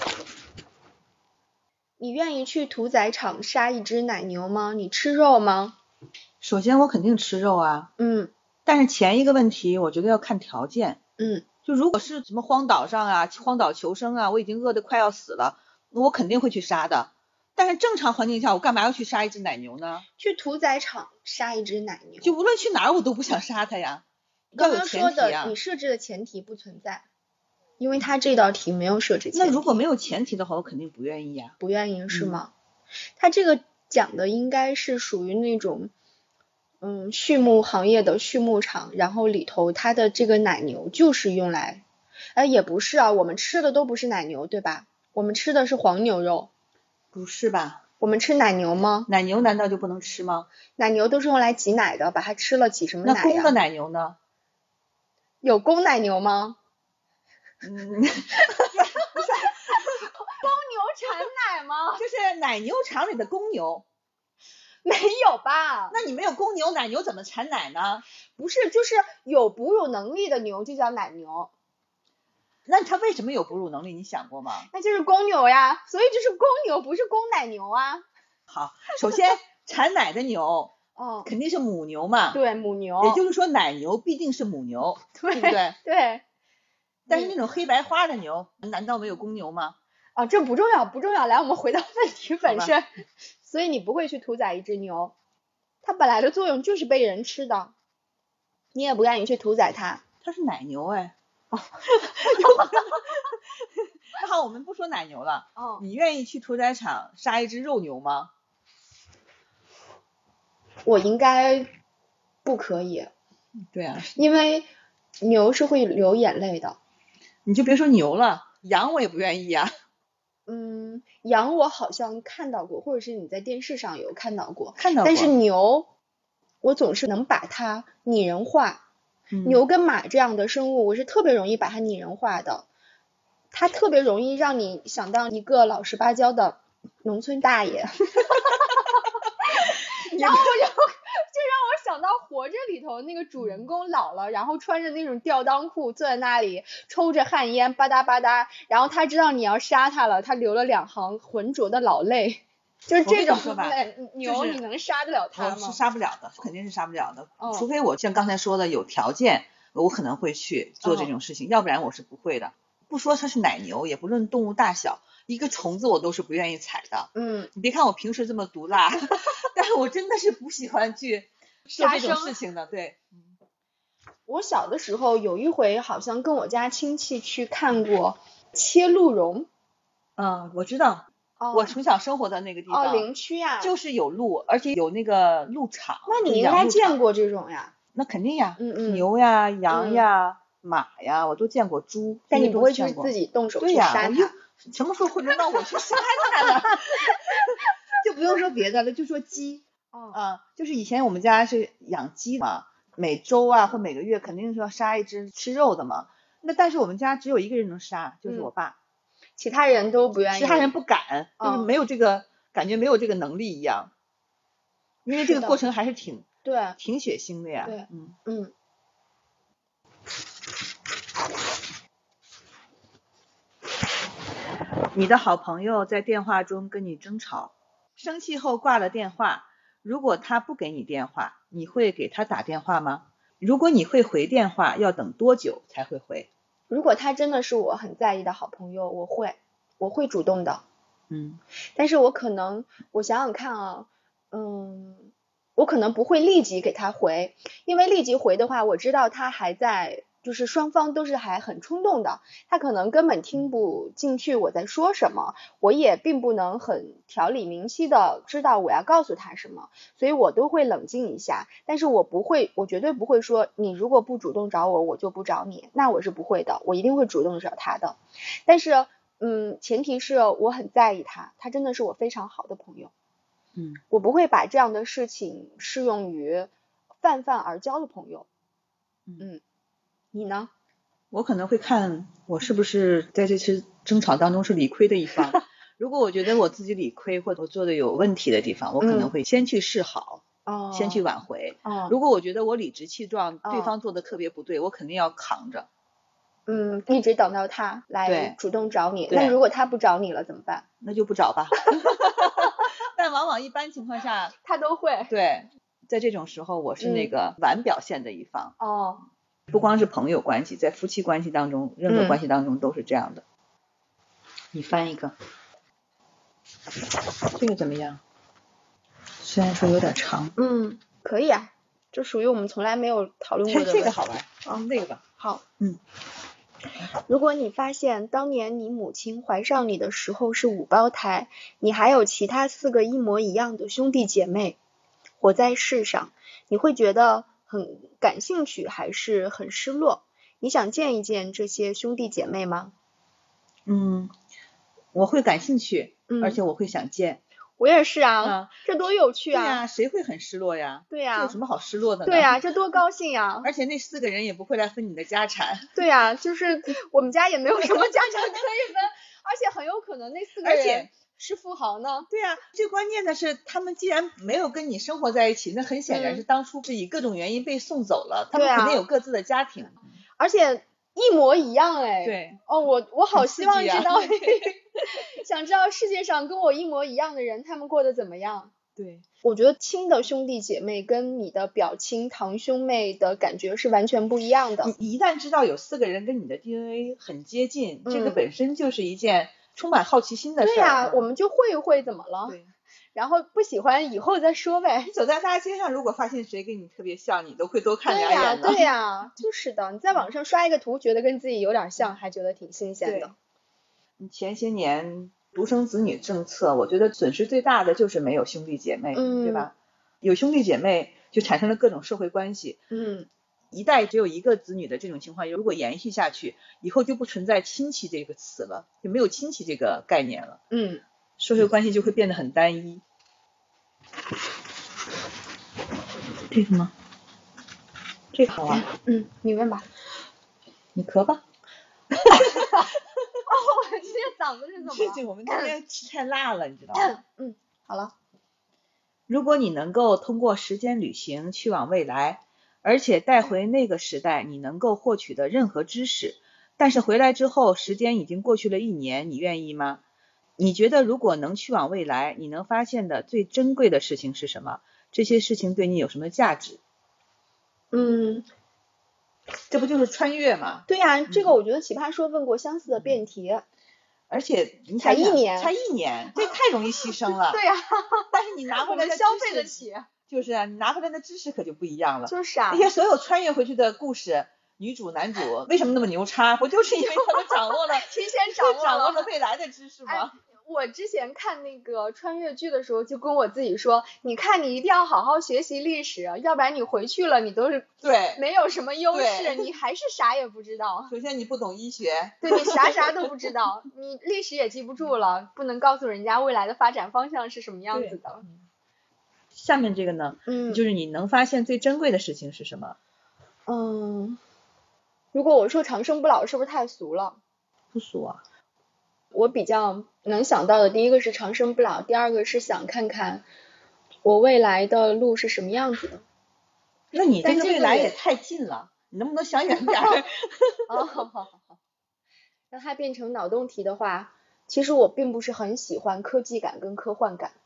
你愿意去屠宰场杀一只奶牛吗？你吃肉吗？ 首先我肯定吃肉啊。但是前一个问题我觉得要看条件。就如果是什么荒岛上啊，荒岛求生啊，我已经饿得快要死了，我肯定会去杀的。但是正常环境下我干嘛要去杀一只奶牛呢？ 去屠宰场杀一只奶牛， 就无论去哪儿我都不想杀它呀。 刚刚说的你设置的前提不存在，因为他这道题没有设置前提。 那如果没有前提的话我肯定不愿意呀。 不愿意是吗？他这个讲的应该是属于那种畜牧行业的畜牧场，然后里头它的这个奶牛就是用来也不是啊，我们吃的都不是奶牛对吧？我们吃的是黄牛肉。 不是吧？ 我们吃奶牛吗？ 奶牛难道就不能吃吗？ 奶牛都是用来挤奶的，把它吃了挤什么奶呀？ 那公的奶牛呢？ 有公奶牛吗？ 公牛产奶吗？ 就是奶牛场里的公牛。 没有吧？ 那你没有公牛，奶牛怎么产奶呢？ 不是，就是有哺乳能力的牛就叫奶牛。 那它为什么有哺乳能力？你想过吗？ 那就是公牛呀，所以就是公牛，不是公奶牛啊。 好，首先产奶的牛肯定是母牛嘛。 对，母牛。 也就是说奶牛必定是母牛，对不对？ 对。 但是那种黑白花的牛难道没有公牛吗？ 这不重要，不重要。来，我们回到问题本身。所以你不会去屠宰一只牛，它本来的作用就是被人吃的，你也不愿意去屠宰它。 它是奶牛哎。那好，我们不说奶牛了。你愿意去屠宰场杀一只肉牛吗？ 我应该不可以。 对啊， 因为牛是会流眼泪的。 你就别说牛了，羊我也不愿意呀。 羊我好像看到过，或者是你在电视上有看到过。 看到过。 但是牛，我总是能把它拟人化。牛跟马这样的生物，我是特别容易把它拟人化的。它特别容易让你想到一个老实巴交的农村大爷。然后就让我想到《活着》里头那个主人公老了，然后穿着那种吊裆裤坐在那里抽着旱烟吧嗒吧嗒，然后他知道你要杀他了，他流了2行浑浊的老泪。就是这种牛你能杀得了它吗？ 我是杀不了的，肯定是杀不了的。除非我像刚才说的有条件，我可能会去做这种事情，要不然我是不会的。不说它是奶牛，也不论动物大小，一个虫子我都是不愿意踩的。你别看我平时这么毒辣，但是我真的是不喜欢去做这种事情的。对。 我小的时候有一回好像跟我家亲戚去看过切鹿茸。 我知道。我从小生活的那个地方林区呀， 就是有鹿，而且有那个鹿场。 那你应该见过这种呀？ 那肯定呀，牛呀、羊呀、马呀，我都见过。猪， 但你不会去自己动手去杀它？ 什么时候会轮到我去杀它呢？就不用说别的了，就说鸡。就是以前我们家是养鸡嘛，每周啊或每个月肯定是要杀一只吃肉的嘛。那但是我们家只有一个人能杀，就是我爸。 其他人都不愿意， 其他人不敢，就是没有这个感觉，没有这个能力一样。因为这个过程还是挺血腥的呀。 对， 你的好朋友在电话中跟你争吵，生气后挂了电话，如果他不给你电话，你会给他打电话吗？如果你会回电话，要等多久才会回？ 如果他真的是我很在意的好朋友，我会主动的。但是我想想看啊，我可能不会立即给他回，因为立即回的话，我知道他还在，就是双方都是还很冲动的，他可能根本听不进去我在说什么，我也并不能很条理明晰的知道我要告诉他什么，所以我都会冷静一下。但是我绝对不会说你如果不主动找我，我就不找你，那我是不会的，我一定会主动找他的。但是前提是我很在意他，他真的是我非常好的朋友。我不会把这样的事情适用于泛泛而交的朋友。你呢？ 我可能会看我是不是在这次争吵当中是理亏的一方。如果我觉得我自己理亏或者我做的有问题的地方，我可能会先去示好，先去挽回。如果我觉得我理直气壮，对方做的特别不对，我肯定要扛着。 一直等到他来主动找你。那如果他不找你了怎么办？ 那就不找吧。但往往一般情况下他都会。 对，在这种时候我是那个晚表现的一方。不光是朋友关系，在夫妻关系当中，任何关系当中都是这样的。你翻一个，这个怎么样？虽然说有点长。 可以啊，这属于我们从来没有讨论过的。 这个好玩。那个吧。 好。如果你发现当年你母亲怀上你的时候是5胞胎，你还有其他4个一模一样的兄弟姐妹活在世上，你会觉得很感兴趣还是很失落？你想见一见这些兄弟姐妹吗？ 我会感兴趣，而且我会想见。 我也是啊，这多有趣啊！ 对呀，谁会很失落呀？ 对呀， 这有什么好失落的呢？ 对呀，这多高兴呀！ 而且那4个人也不会来分你的家产。 对呀，就是我们家也没有什么家产可以分，而且很有可能那4个人是富豪呢。 对呀，最关键的是他们既然没有跟你生活在一起，那很显然是当初是以各种原因被送走了，他们肯定有各自的家庭。 而且一模一样哎。 对。 我好希望知道想知道世界上跟我一模一样的人他们过得怎么样。 对， 我觉得亲的兄弟姐妹跟你的表亲堂兄妹的感觉是完全不一样的。 你一旦知道有4个人跟你的 DNA 很接近，这个本身就是一件充满好奇心的事。 对呀，我们就会一会怎么了？ 对。 然后不喜欢以后再说呗。 你走在大街上，如果发现谁跟你特别像，你都会多看2眼的。 对呀，就是的。你在网上刷一个图，觉得跟自己有点像，还觉得挺新鲜的。 前些年独生子女政策，我觉得损失最大的就是没有兄弟姐妹，对吧？有兄弟姐妹就产生了各种社会关系。一代只有1个子女的这种情况，如果延续下去，以后就不存在亲戚这个词了，就没有亲戚这个概念了。社会关系就会变得很单一。这个吗？这个好玩。 你问吧。 你咳吧。 我今天嗓子是怎么了？ 我们今天吃太辣了，你知道吗？ 好了。 如果你能够通过时间旅行去往未来，而且带回那个时代你能够获取的任何知识，但是回来之后时间已经过去了1年，你愿意吗？你觉得如果能去往未来，你能发现的最珍贵的事情是什么？这些事情对你有什么价值？这不就是穿越吗？ 对呀，这个我觉得奇葩说问过相似的辩题。 而且你才一年，这太容易牺牲了。 对呀， 但是你拿回来消费得起。 就是啊，你拿回来的知识可就不一样了。 就是啊， 那些所有穿越回去的故事，女主男主为什么那么牛叉？不就是因为他们掌握了提前掌握了未来的知识吗？ 我之前看那个穿越剧的时候，就跟我自己说，你看你一定要好好学习历史，要不然你回去了，你都是对没有什么优势，你还是啥也不知道。 首先你不懂医学， 对，你啥都不知道，你历史也记不住了，不能告诉人家未来的发展方向是什么样子的。 下面这个呢，就是你能发现最珍贵的事情是什么？ 如果我说长生不老，是不是太俗了？ 不俗啊。 我比较能想到的第一个是长生不老，第二个是想看看我未来的路是什么样子的。 那你这个未来也太近了，你能不能想远点？ 好，让它变成脑洞题的话，其实我并不是很喜欢科技感跟科幻感。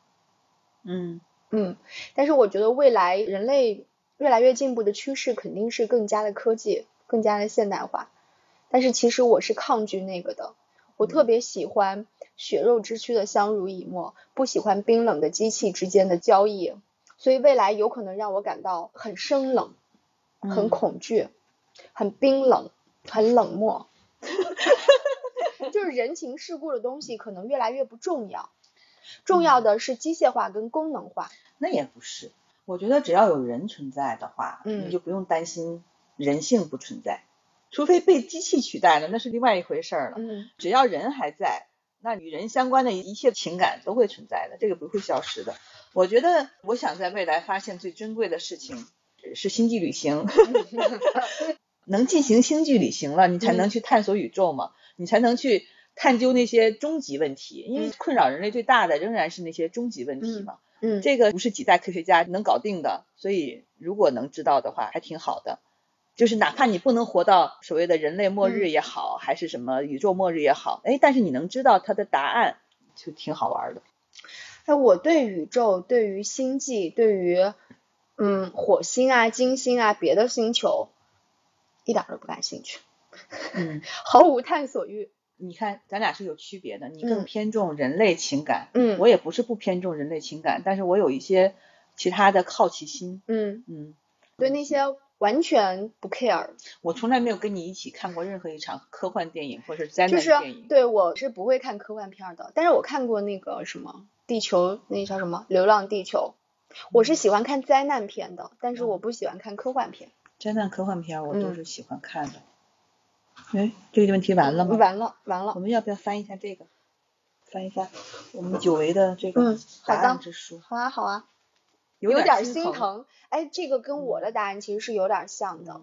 但是我觉得未来人类越来越进步的趋势肯定是更加的科技，更加的现代化。但是其实我是抗拒那个的。我特别喜欢血肉之躯的相濡以沫，不喜欢冰冷的机器之间的交易，所以未来有可能让我感到很生冷，很恐惧，很冰冷，很冷漠。就是人情世故的东西可能越来越不重要，重要的是机械化跟功能化。 那也不是，我觉得只要有人存在的话，你就不用担心人性不存在。除非被机器取代了，那是另外一回事了。只要人还在，那与人相关的一切情感都会存在的，这个不会消失的。我觉得我想在未来发现最珍贵的事情是星际旅行。能进行星际旅行了，你才能去探索宇宙嘛，你才能去探究那些终极问题，因为困扰人类最大的仍然是那些终极问题嘛。这个不是几代科学家能搞定的，所以如果能知道的话还挺好的。就是哪怕你不能活到所谓的人类末日也好，还是什么宇宙末日也好，但是你能知道它的答案就挺好玩的。 我对宇宙，对于星际，对于火星啊、金星啊、别的星球一点都不感兴趣。毫无探索欲。 你看咱俩是有区别的，你更偏重人类情感，我也不是不偏重人类情感，但是我有一些其他的好奇心。 对那些完全不 care。 我从来没有跟你一起看过任何一场科幻电影或者灾难电影。 对，我是不会看科幻片的，但是我看过那个什么地球，那叫什么流浪地球。我是喜欢看灾难片的，但是我不喜欢看科幻片。 灾难科幻片我都是喜欢看的。这个问题完了吗？ 完了。我们要不要翻一下这个，翻一翻我们久违的这个答案之书。 好啊，有点心疼。这个跟我的答案其实是有点像的。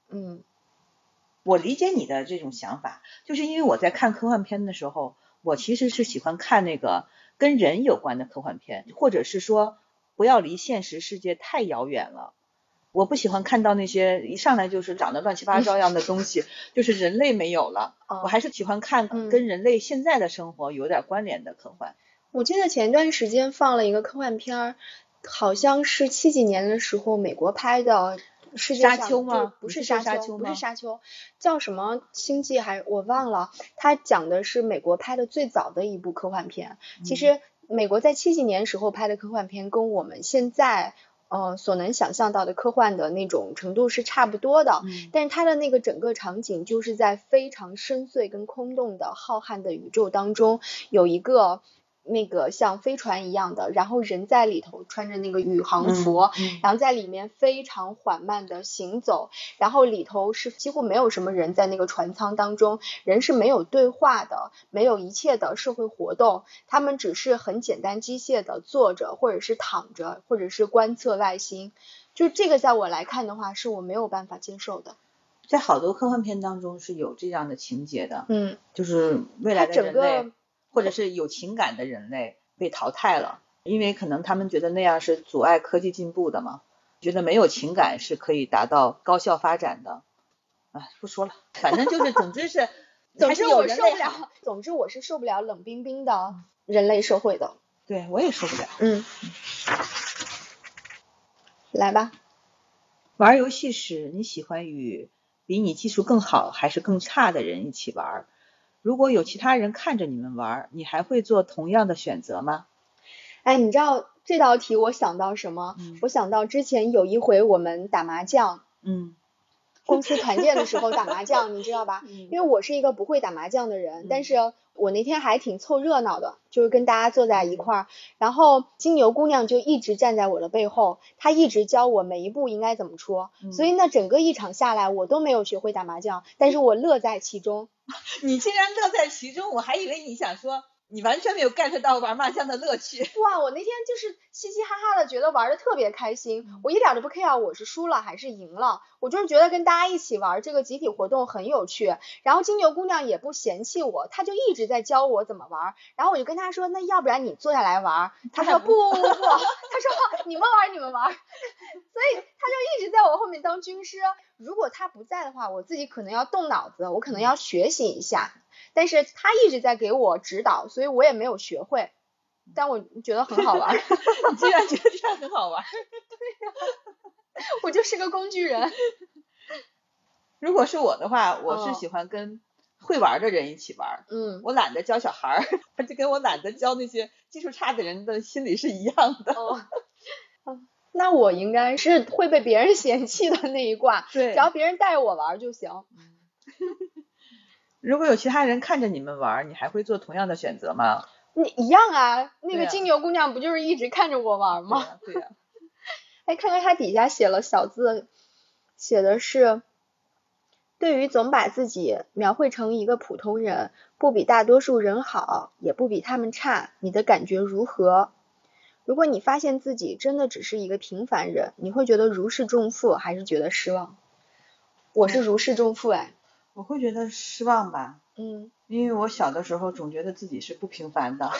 我理解你的这种想法，就是因为我在看科幻片的时候，我其实是喜欢看那个跟人有关的科幻片，或者是说不要离现实世界太遥远了。我不喜欢看到那些一上来就是长得乱七八糟样的东西，就是人类没有了。我还是喜欢看跟人类现在的生活有点关联的科幻。 我记得前段时间放了一个科幻片，好像是70几年的时候美国拍的，世界上沙丘吗？ 不是沙丘，不是沙丘，叫什么星际还我忘了。它讲的是美国拍的最早的一部科幻片。其实美国在70几年时候拍的科幻片跟我们现在所能想象到的科幻的那种程度是差不多的。但是它的那个整个场景就是在非常深邃跟空洞的浩瀚的宇宙当中，有一个那个像飞船一样的，然后人在里头穿着那个宇航服，然后在里面非常缓慢的行走，然后里头是几乎没有什么人在那个船舱当中，人是没有对话的，没有一切的社会活动，他们只是很简单机械的坐着或者是躺着或者是观测外星。就这个在我来看的话是我没有办法接受的。 在好多科幻片当中是有这样的情节的，就是未来的人类或者是有情感的人类被淘汰了，因为可能他们觉得那样是阻碍科技进步的嘛，觉得没有情感是可以达到高效发展的。不说了，反正就是总之我是受不了冷冰冰的人类社会的。 对，我也受不了。 来吧。 玩游戏时你喜欢与比你技术更好还是更差的人一起玩？如果有其他人看着你们玩，你还会做同样的选择吗？ 你知道这道题我想到什么？我想到之前有一回我们打麻将，公司团建的时候打麻将，你知道吧？因为我是一个不会打麻将的人，但是我那天还挺凑热闹的，就是跟大家坐在一块儿，然后金牛姑娘就一直站在我的背后，她一直教我每一步应该怎么戳，所以那整个一场下来我都没有学会打麻将，但是我乐在其中。 你竟然乐在其中，我还以为你想说你完全没有 get 到玩麻将的乐趣。 哇，我那天就是嘻嘻哈哈的，觉得玩的特别开心，我一点都不 care 我是输了还是赢了，我就是觉得跟大家一起玩这个集体活动很有趣。然后金牛姑娘也不嫌弃我，她就一直在教我怎么玩，然后我就跟她说，那要不然你坐下来玩，她说不，她说你们玩，所以她就一直在我后面当军师。如果她不在的话，我自己可能要动脑子，我可能要学习一下，但是她一直在给我指导，所以我也没有学会，但我觉得很好玩。 你居然觉得这样很好玩？ 对呀，我就是个工具人。 如果是我的话，我是喜欢跟会玩的人一起玩。我懒得教小孩，就跟我懒得教那些技术差的人的心理是一样的。 那我应该是会被别人嫌弃的那一挂， 对， 只要别人带我玩就行。 如果有其他人看着你们玩，你还会做同样的选择吗？ 你一样啊，那个金牛姑娘不就是一直看着我玩吗？ 对呀。 哎，看看她底下写了小字，写的是，对于总把自己描绘成一个普通人，不比大多数人好，也不比他们差，你的感觉如何？如果你发现自己真的只是一个平凡人，你会觉得如释重负还是觉得失望？我是如释重负。 我会觉得失望吧。因为我小的时候总觉得自己是不平凡的。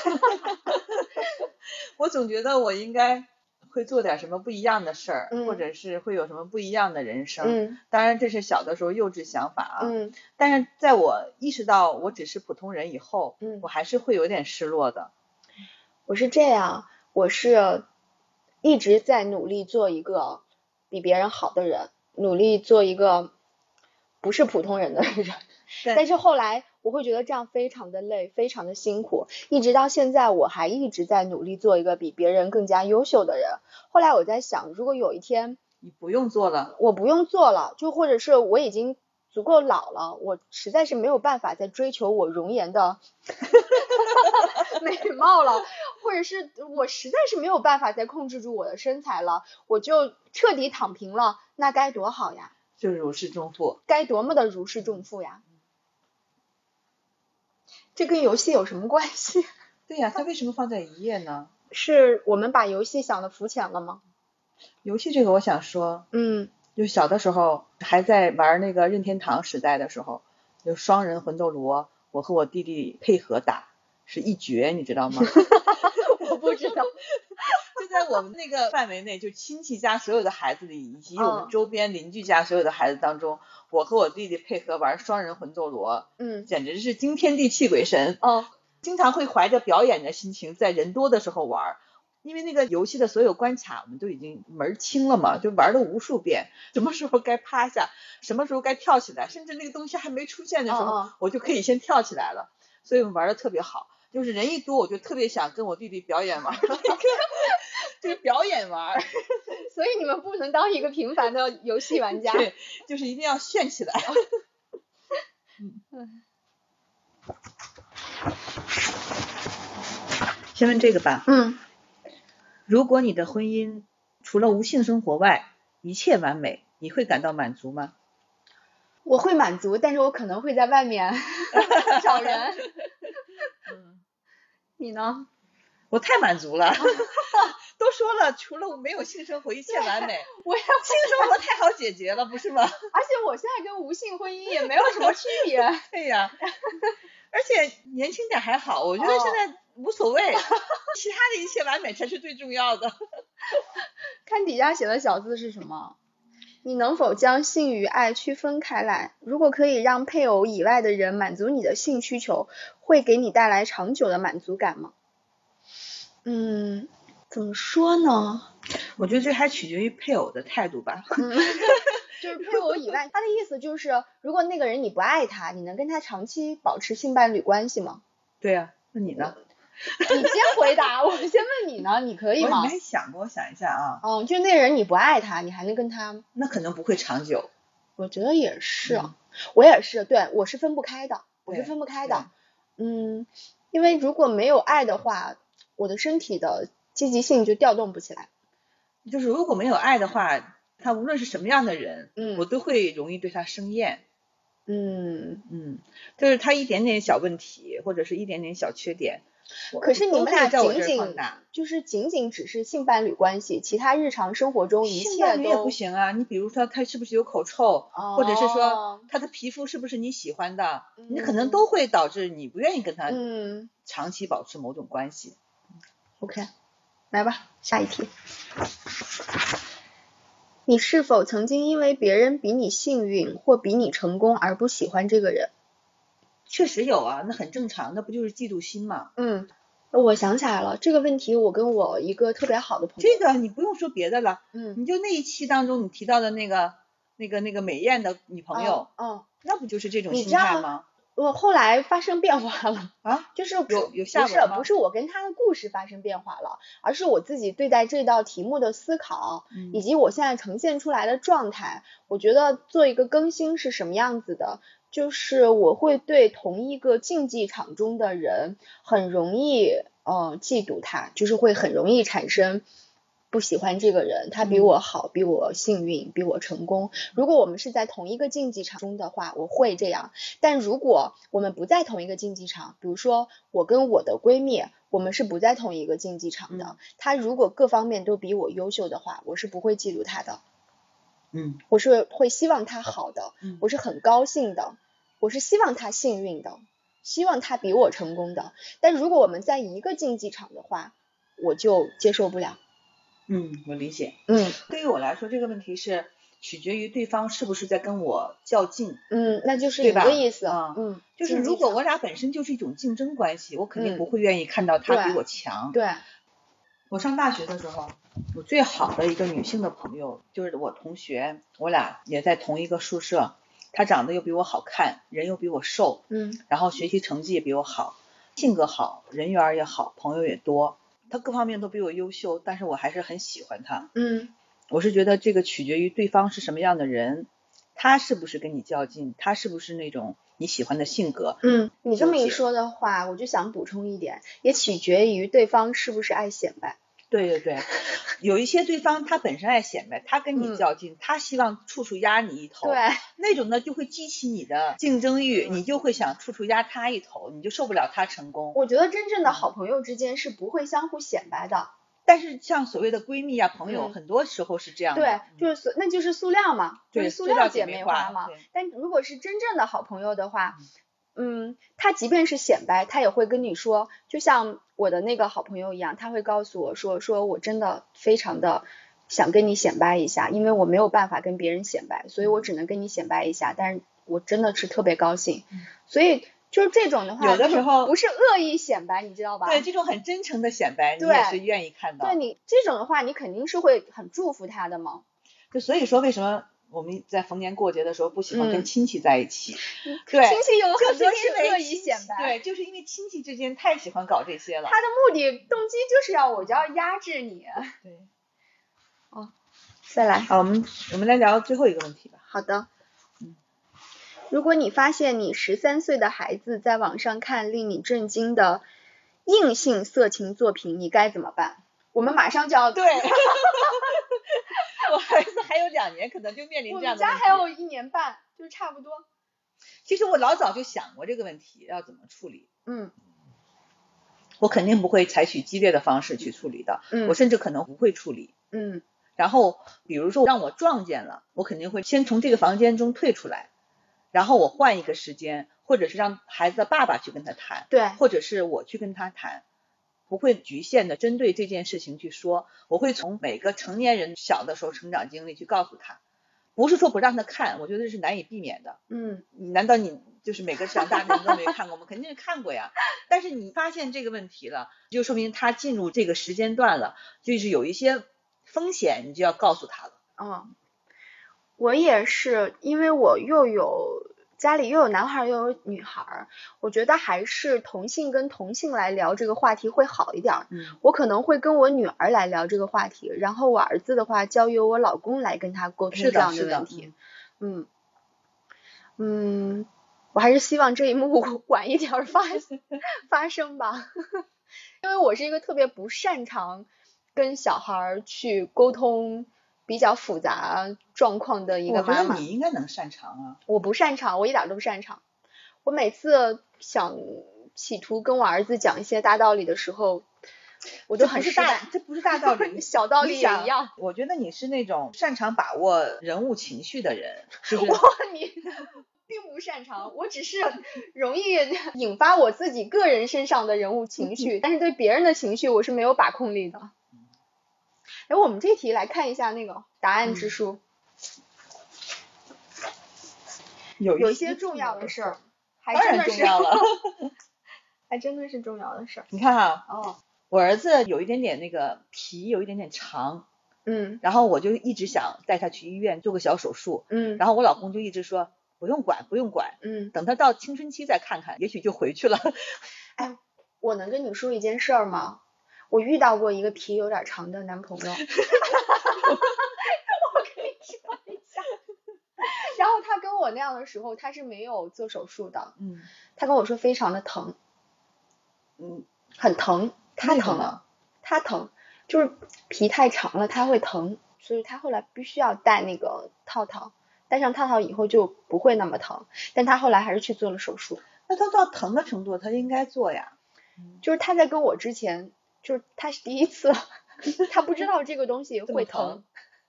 我总觉得我应该会做点什么不一样的事儿，或者是会有什么不一样的人生。当然这是小的时候幼稚想法啊。但是在我意识到我只是普通人以后，我还是会有点失落的。 我是这样，我是一直在努力做一个比别人好的人，努力做一个不是普通人的人。但是后来我会觉得这样非常的累，非常的辛苦，一直到现在我还一直在努力做一个比别人更加优秀的人。后来我在想，如果有一天你不用做了， 我不用做了，就或者是我已经足够老了，我实在是没有办法再追求我容颜的美貌了，或者是我实在是没有办法再控制住我的身材了，我就彻底躺平了，那该多好呀， 就如释重负， 该多么的如释重负呀。这跟游戏有什么关系？ 对呀，它为什么放在一页呢？ 是我们把游戏想的肤浅了吗？ 游戏这个我想说，就小的时候还在玩那个任天堂时代的时候，就双人魂斗罗，我和我弟弟配合打是一绝，你知道吗？ 我不知道。 就在我们那个范围内，就亲戚家所有的孩子里，以及我们周边邻居家所有的孩子当中，我和我弟弟配合玩双人魂斗罗，简直是惊天地泣鬼神。经常会怀着表演的心情在人多的时候玩，因为那个游戏的所有关卡我们都已经门清了嘛，就玩了无数遍，什么时候该趴下，什么时候该跳起来，甚至那个东西还没出现的时候，我就可以先跳起来了，所以我们玩的特别好。就是人一多，我就特别想跟我弟弟表演玩，就是表演玩。 所以你们不能当一个平凡的游戏玩家。 对，就是一定要炫起来。先问这个吧。如果你的婚姻除了无性生活外一切完美，你会感到满足吗？ 我会满足，但是我可能会在外面找人。你呢？ 我太满足了。都说了，除了没有性生活一切完美， 我要性生活太好解决了，不是吗？ 而且我现在跟无性婚姻也没有什么区别。 对呀，而且年轻点还好，我觉得现在无所谓，其他的一切完美才是最重要的。 看底下写的小字是什么？你能否将性与爱区分开来？如果可以让配偶以外的人满足你的性需求，会给你带来长久的满足感吗？怎么说呢？ 我觉得这还取决于配偶的态度吧。 就是配偶以外，他的意思就是，如果那个人你不爱他，你能跟他长期保持性伴侣关系吗？ 对啊，那你呢？ 你先回答，我先问你呢。 呢？你可以吗？ 我没想过，我想一下啊。 就那人你不爱他，你还能跟他？ 那可能不会长久。 我觉得也是，我也是，对，我是分不开的，因为如果没有爱的话，我的身体的积极性就调动不起来。 就是如果没有爱的话，他无论是什么样的人，我都会容易对他生厌。就是他一点点小问题或者是一点点小缺点， 可是你们俩仅仅只是性伴侣关系，其他日常生活中一切都性伴侣也不行啊。你比如说他是不是有口臭，或者是说他的皮肤是不是你喜欢的，你可能都会导致你不愿意跟他长期保持某种关系。 OK， 来吧，下一题。你是否曾经因为别人比你幸运或比你成功而不喜欢这个人？ 确实有啊，那很正常，那不就是嫉妒心吗？ 我想起来了，这个问题我跟我一个特别好的朋友， 这个你不用说别的了，你就那一期当中你提到的那个美艳的女朋友，那不就是这种心态吗？ 我后来发生变化了就是有下文吗？ 不是我跟他的故事发生变化了，而是我自己对待这道题目的思考，以及我现在呈现出来的状态。我觉得做一个更新是什么样子的，就是我会对同一个竞技场中的人很容易嫉妒他，就是会很容易产生不喜欢这个人，他比我好，比我幸运，比我成功。如果我们是在同一个竞技场中的话，我会这样。但如果我们不在同一个竞技场，比如说我跟我的闺蜜，我们是不在同一个竞技场的，她如果各方面都比我优秀的话，我是不会嫉妒她的。我是会希望她好的，我是很高兴的，我是希望她幸运的，希望她比我成功的。但如果我们在一个竞技场的话，我就接受不了。 我理解。对于我来说，这个问题是取决于对方是不是在跟我较劲。 那就是一个意思。 就是如果我俩本身就是一种竞争关系，我肯定不会愿意看到他比我强。 对。 我上大学的时候，我最好的一个女性的朋友就是我同学，我俩也在同一个宿舍，她长得又比我好看，人又比我瘦，然后学习成绩也比我好，性格好，人缘也好，朋友也多，她各方面都比我优秀，但是我还是很喜欢她。我是觉得这个取决于对方是什么样的人，他是不是跟你较劲，他是不是那种你喜欢的性格。 你这么一说的话，我就想补充一点，也取决于对方是不是爱显摆。 对，有一些对方他本身爱显摆，他跟你较劲，他希望处处压你一头， 对， 那种呢就会激起你的竞争欲，你就会想处处压他一头，你就受不了他成功。 我觉得真正的好朋友之间是不会相互显摆的。 但是像所谓的闺蜜啊朋友，很多时候是这样的。 对，那就是塑料嘛，就是塑料姐妹花嘛。但如果是真正的好朋友的话，他即便是显摆，他也会跟你说，就像我的那个好朋友一样，他会告诉我说我真的非常的想跟你显摆一下，因为我没有办法跟别人显摆，所以我只能跟你显摆一下，但是我真的是特别高兴。所以就是这种的话， 有的时候不是恶意显摆，你知道吧？ 对，这种很真诚的显摆，你也是愿意看到。 对，你这种的话，你肯定是会很祝福他的嘛。 就所以说，为什么我们在逢年过节的时候不喜欢跟亲戚在一起？对， 亲戚有很多是恶意显摆。 对，就是因为亲戚之间太喜欢搞这些了。 他的目的动机就是我就要压制你。 对。 再来。 好，我们来聊最后一个问题吧。 好的。如果你发现你13岁的孩子在网上看令你震惊的硬性色情作品，你该怎么办？我们马上就要。 对。我孩子还有2年，可能就面临这样的问题。 我们家还有1年半，就差不多。 其实我老早就想过这个问题要怎么处理。我肯定不会采取激烈的方式去处理的。我甚至可能不会处理。然后比如说让我撞见了，我肯定会先从这个房间中退出来，然后我换一个时间，或者是让孩子的爸爸去跟他谈， 对， 或者是我去跟他谈，不会局限的针对这件事情去说，我会从每个成年人小的时候成长经历去告诉他，不是说不让他看，我觉得这是难以避免的。难道你就是每个长大的人都没看过吗？肯定是看过呀。但是你发现这个问题了，就说明他进入这个时间段了，就是有一些风险，你就要告诉他了。 我也是，因为我又有家里又有男孩又有女孩，我觉得还是同性跟同性来聊这个话题会好一点。我可能会跟我女儿来聊这个话题，然后我儿子的话交由我老公来跟他沟通这样的问题。我还是希望这一幕晚一点发生吧，因为我是一个特别不擅长跟小孩去沟通比较复杂状况的一个妈妈。 我觉得你应该能擅长啊。 我不擅长，我一点都不擅长。我每次想企图跟我儿子讲一些大道理的时候，我就很失败。 这不是大道理， 小道理也一样。 我觉得你是那种擅长把握人物情绪的人，是不是？ 你并不擅长，我只是容易引发我自己个人身上的人物情绪，但是对别人的情绪我是没有把控力的。我们这题来看一下那个答案之书。有一些重要的事儿，还真的是还真的是重要的事儿。 你看哈，我儿子有一点点那个皮有一点点长，然后我就一直想带他去医院做个小手术，然后我老公就一直说不用管，等他到青春期再看看，也许就回去了。 我能跟你说一件事儿吗？我遇到过一个皮有点长的男朋友。我跟你说一下。然后他跟我那样的时候，他是没有做手术的。他跟我说非常的疼。很疼。他疼，就是皮太长了，他会疼，所以他后来必须要戴那个套套。戴上套套以后就不会那么疼，但他后来还是去做了手术。 那他到疼的程度他应该做呀。 就是他在跟我之前，就是他是第一次，他不知道这个东西会疼。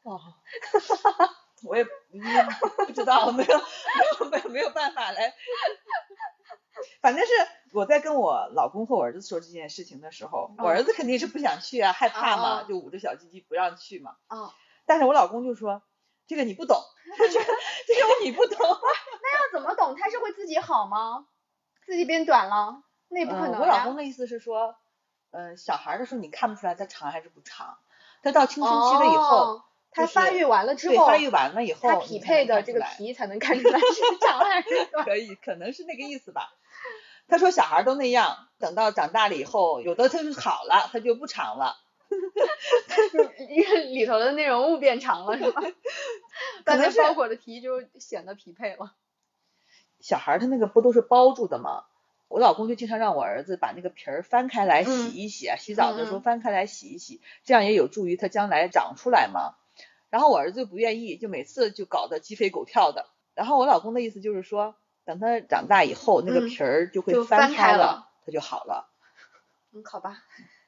我也不知道，没有办法来。反正是我在跟我老公和我儿子说这件事情的时候，我儿子肯定是不想去啊，害怕嘛，就捂着小鸡鸡不让去嘛。但是我老公就说这个你不懂，这个你不懂。那要怎么懂？他是会自己好吗？自己变短了？那不可能。 我老公的意思是说，小孩的时候你看不出来他长还是不长，他到青春期了以后， 他发育完了之后， 对，发育完了以后， 他匹配的这个皮才能看出来是长还是短。 可能是那个意思吧。他说小孩都那样，等到长大了以后，有的他就好了，他就不长了。 里头的内容物变长了是吧？外面包裹的皮就显得匹配了。 小孩他那个不都是包住的吗？我老公就经常让我儿子把那个皮儿翻开来洗一洗洗澡的时候翻开来洗一洗，这样也有助于他将来长出来嘛。然后我儿子就不愿意，就每次就搞得鸡飞狗跳的。然后我老公的意思就是说，等他长大以后，那个皮儿就会翻开了，他就好了。 好吧。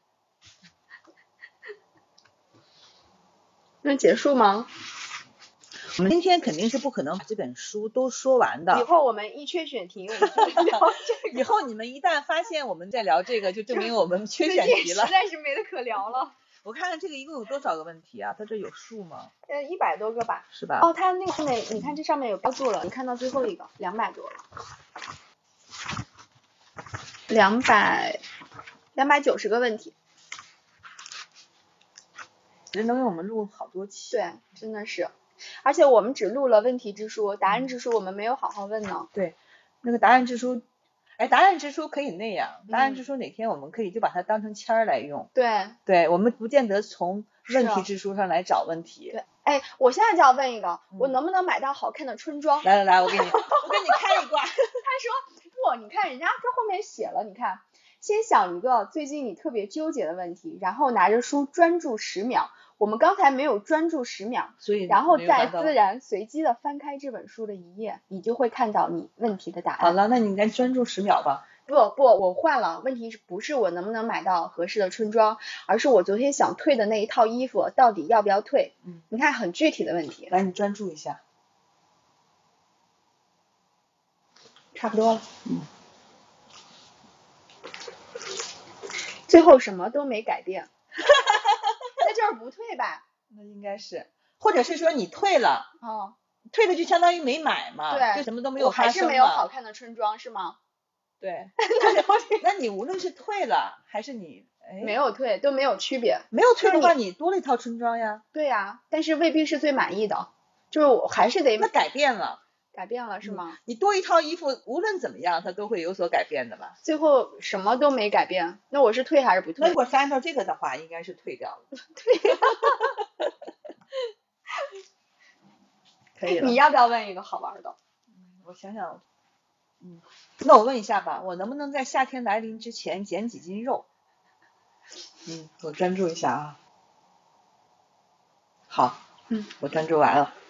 那结束吗？ 我们今天肯定是不可能把这本书都说完的。 以后我们一缺选题，我们就聊这个。 以后你们一旦发现我们在聊这个，就证明我们缺选题了。 实在是没得可聊了。 我看看这个一共有多少个问题啊？它这有数吗 ？100多个吧。 是吧？ 它那个你看这上面有标注了，你看到最后一个200多了。290个问题。 人能给我们录好多期。 对，真的是。而且我们只录了问题之书，答案之书我们没有好好问呢。 对，那个答案之书，答案之书可以那样，答案之书哪天我们可以就把它当成签儿来用。对，我们不见得从问题之书上来找问题。 对，我现在就要问一个，我能不能买到好看的春装？ 来，我给你开一卦。他说不，你看人家这后面写了，你看，先想一个最近你特别纠结的问题，然后拿着书专注10秒。我们刚才没有专注10秒， 所以然后再自然随机的翻开这本书的一页，你就会看到你问题的答案。 好了，那你应该专注10秒吧。 不，我换了，问题不是我能不能买到合适的春装，而是我昨天想退的那一套衣服到底要不要退。你看很具体的问题。 来，你专注一下。 差不多了。最后什么都没改变。那就是不退吧？ 那应该是，或者是说你退了，退了就相当于没买嘛， 对， 就什么都没有发生嘛， 还是没有好看的春装是吗？ 对，那你无论是退了还是你没有退都没有区别。 没有退的话，你多了一套春装呀。 对呀，但是未必是最满意的，就是我还是得那改变了， 改变了是吗？ 你多一套衣服，无论怎么样，它都会有所改变的吧？ 最后什么都没改变，那我是退还是不退？ 那如果是按照这个的话，应该是退掉了。 退。 可以了。 你要不要问一个好玩的？ 我想想，那我问一下吧，我能不能在夏天来临之前减几斤肉？我专注一下啊。好，我专注完了。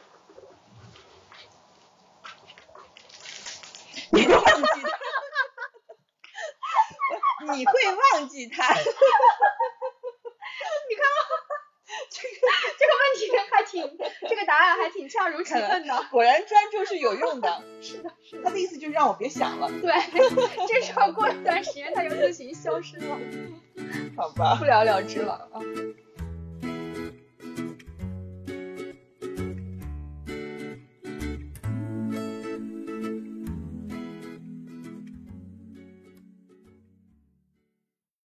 你忘记他，你会忘记他。你看，这个问题这个答案还挺恰如其分的。 果然专注是有用的。 是的， 他的意思就是让我别想了。 对，这时候过一段时间他就自行消失了。 好吧， 不了了之了啊。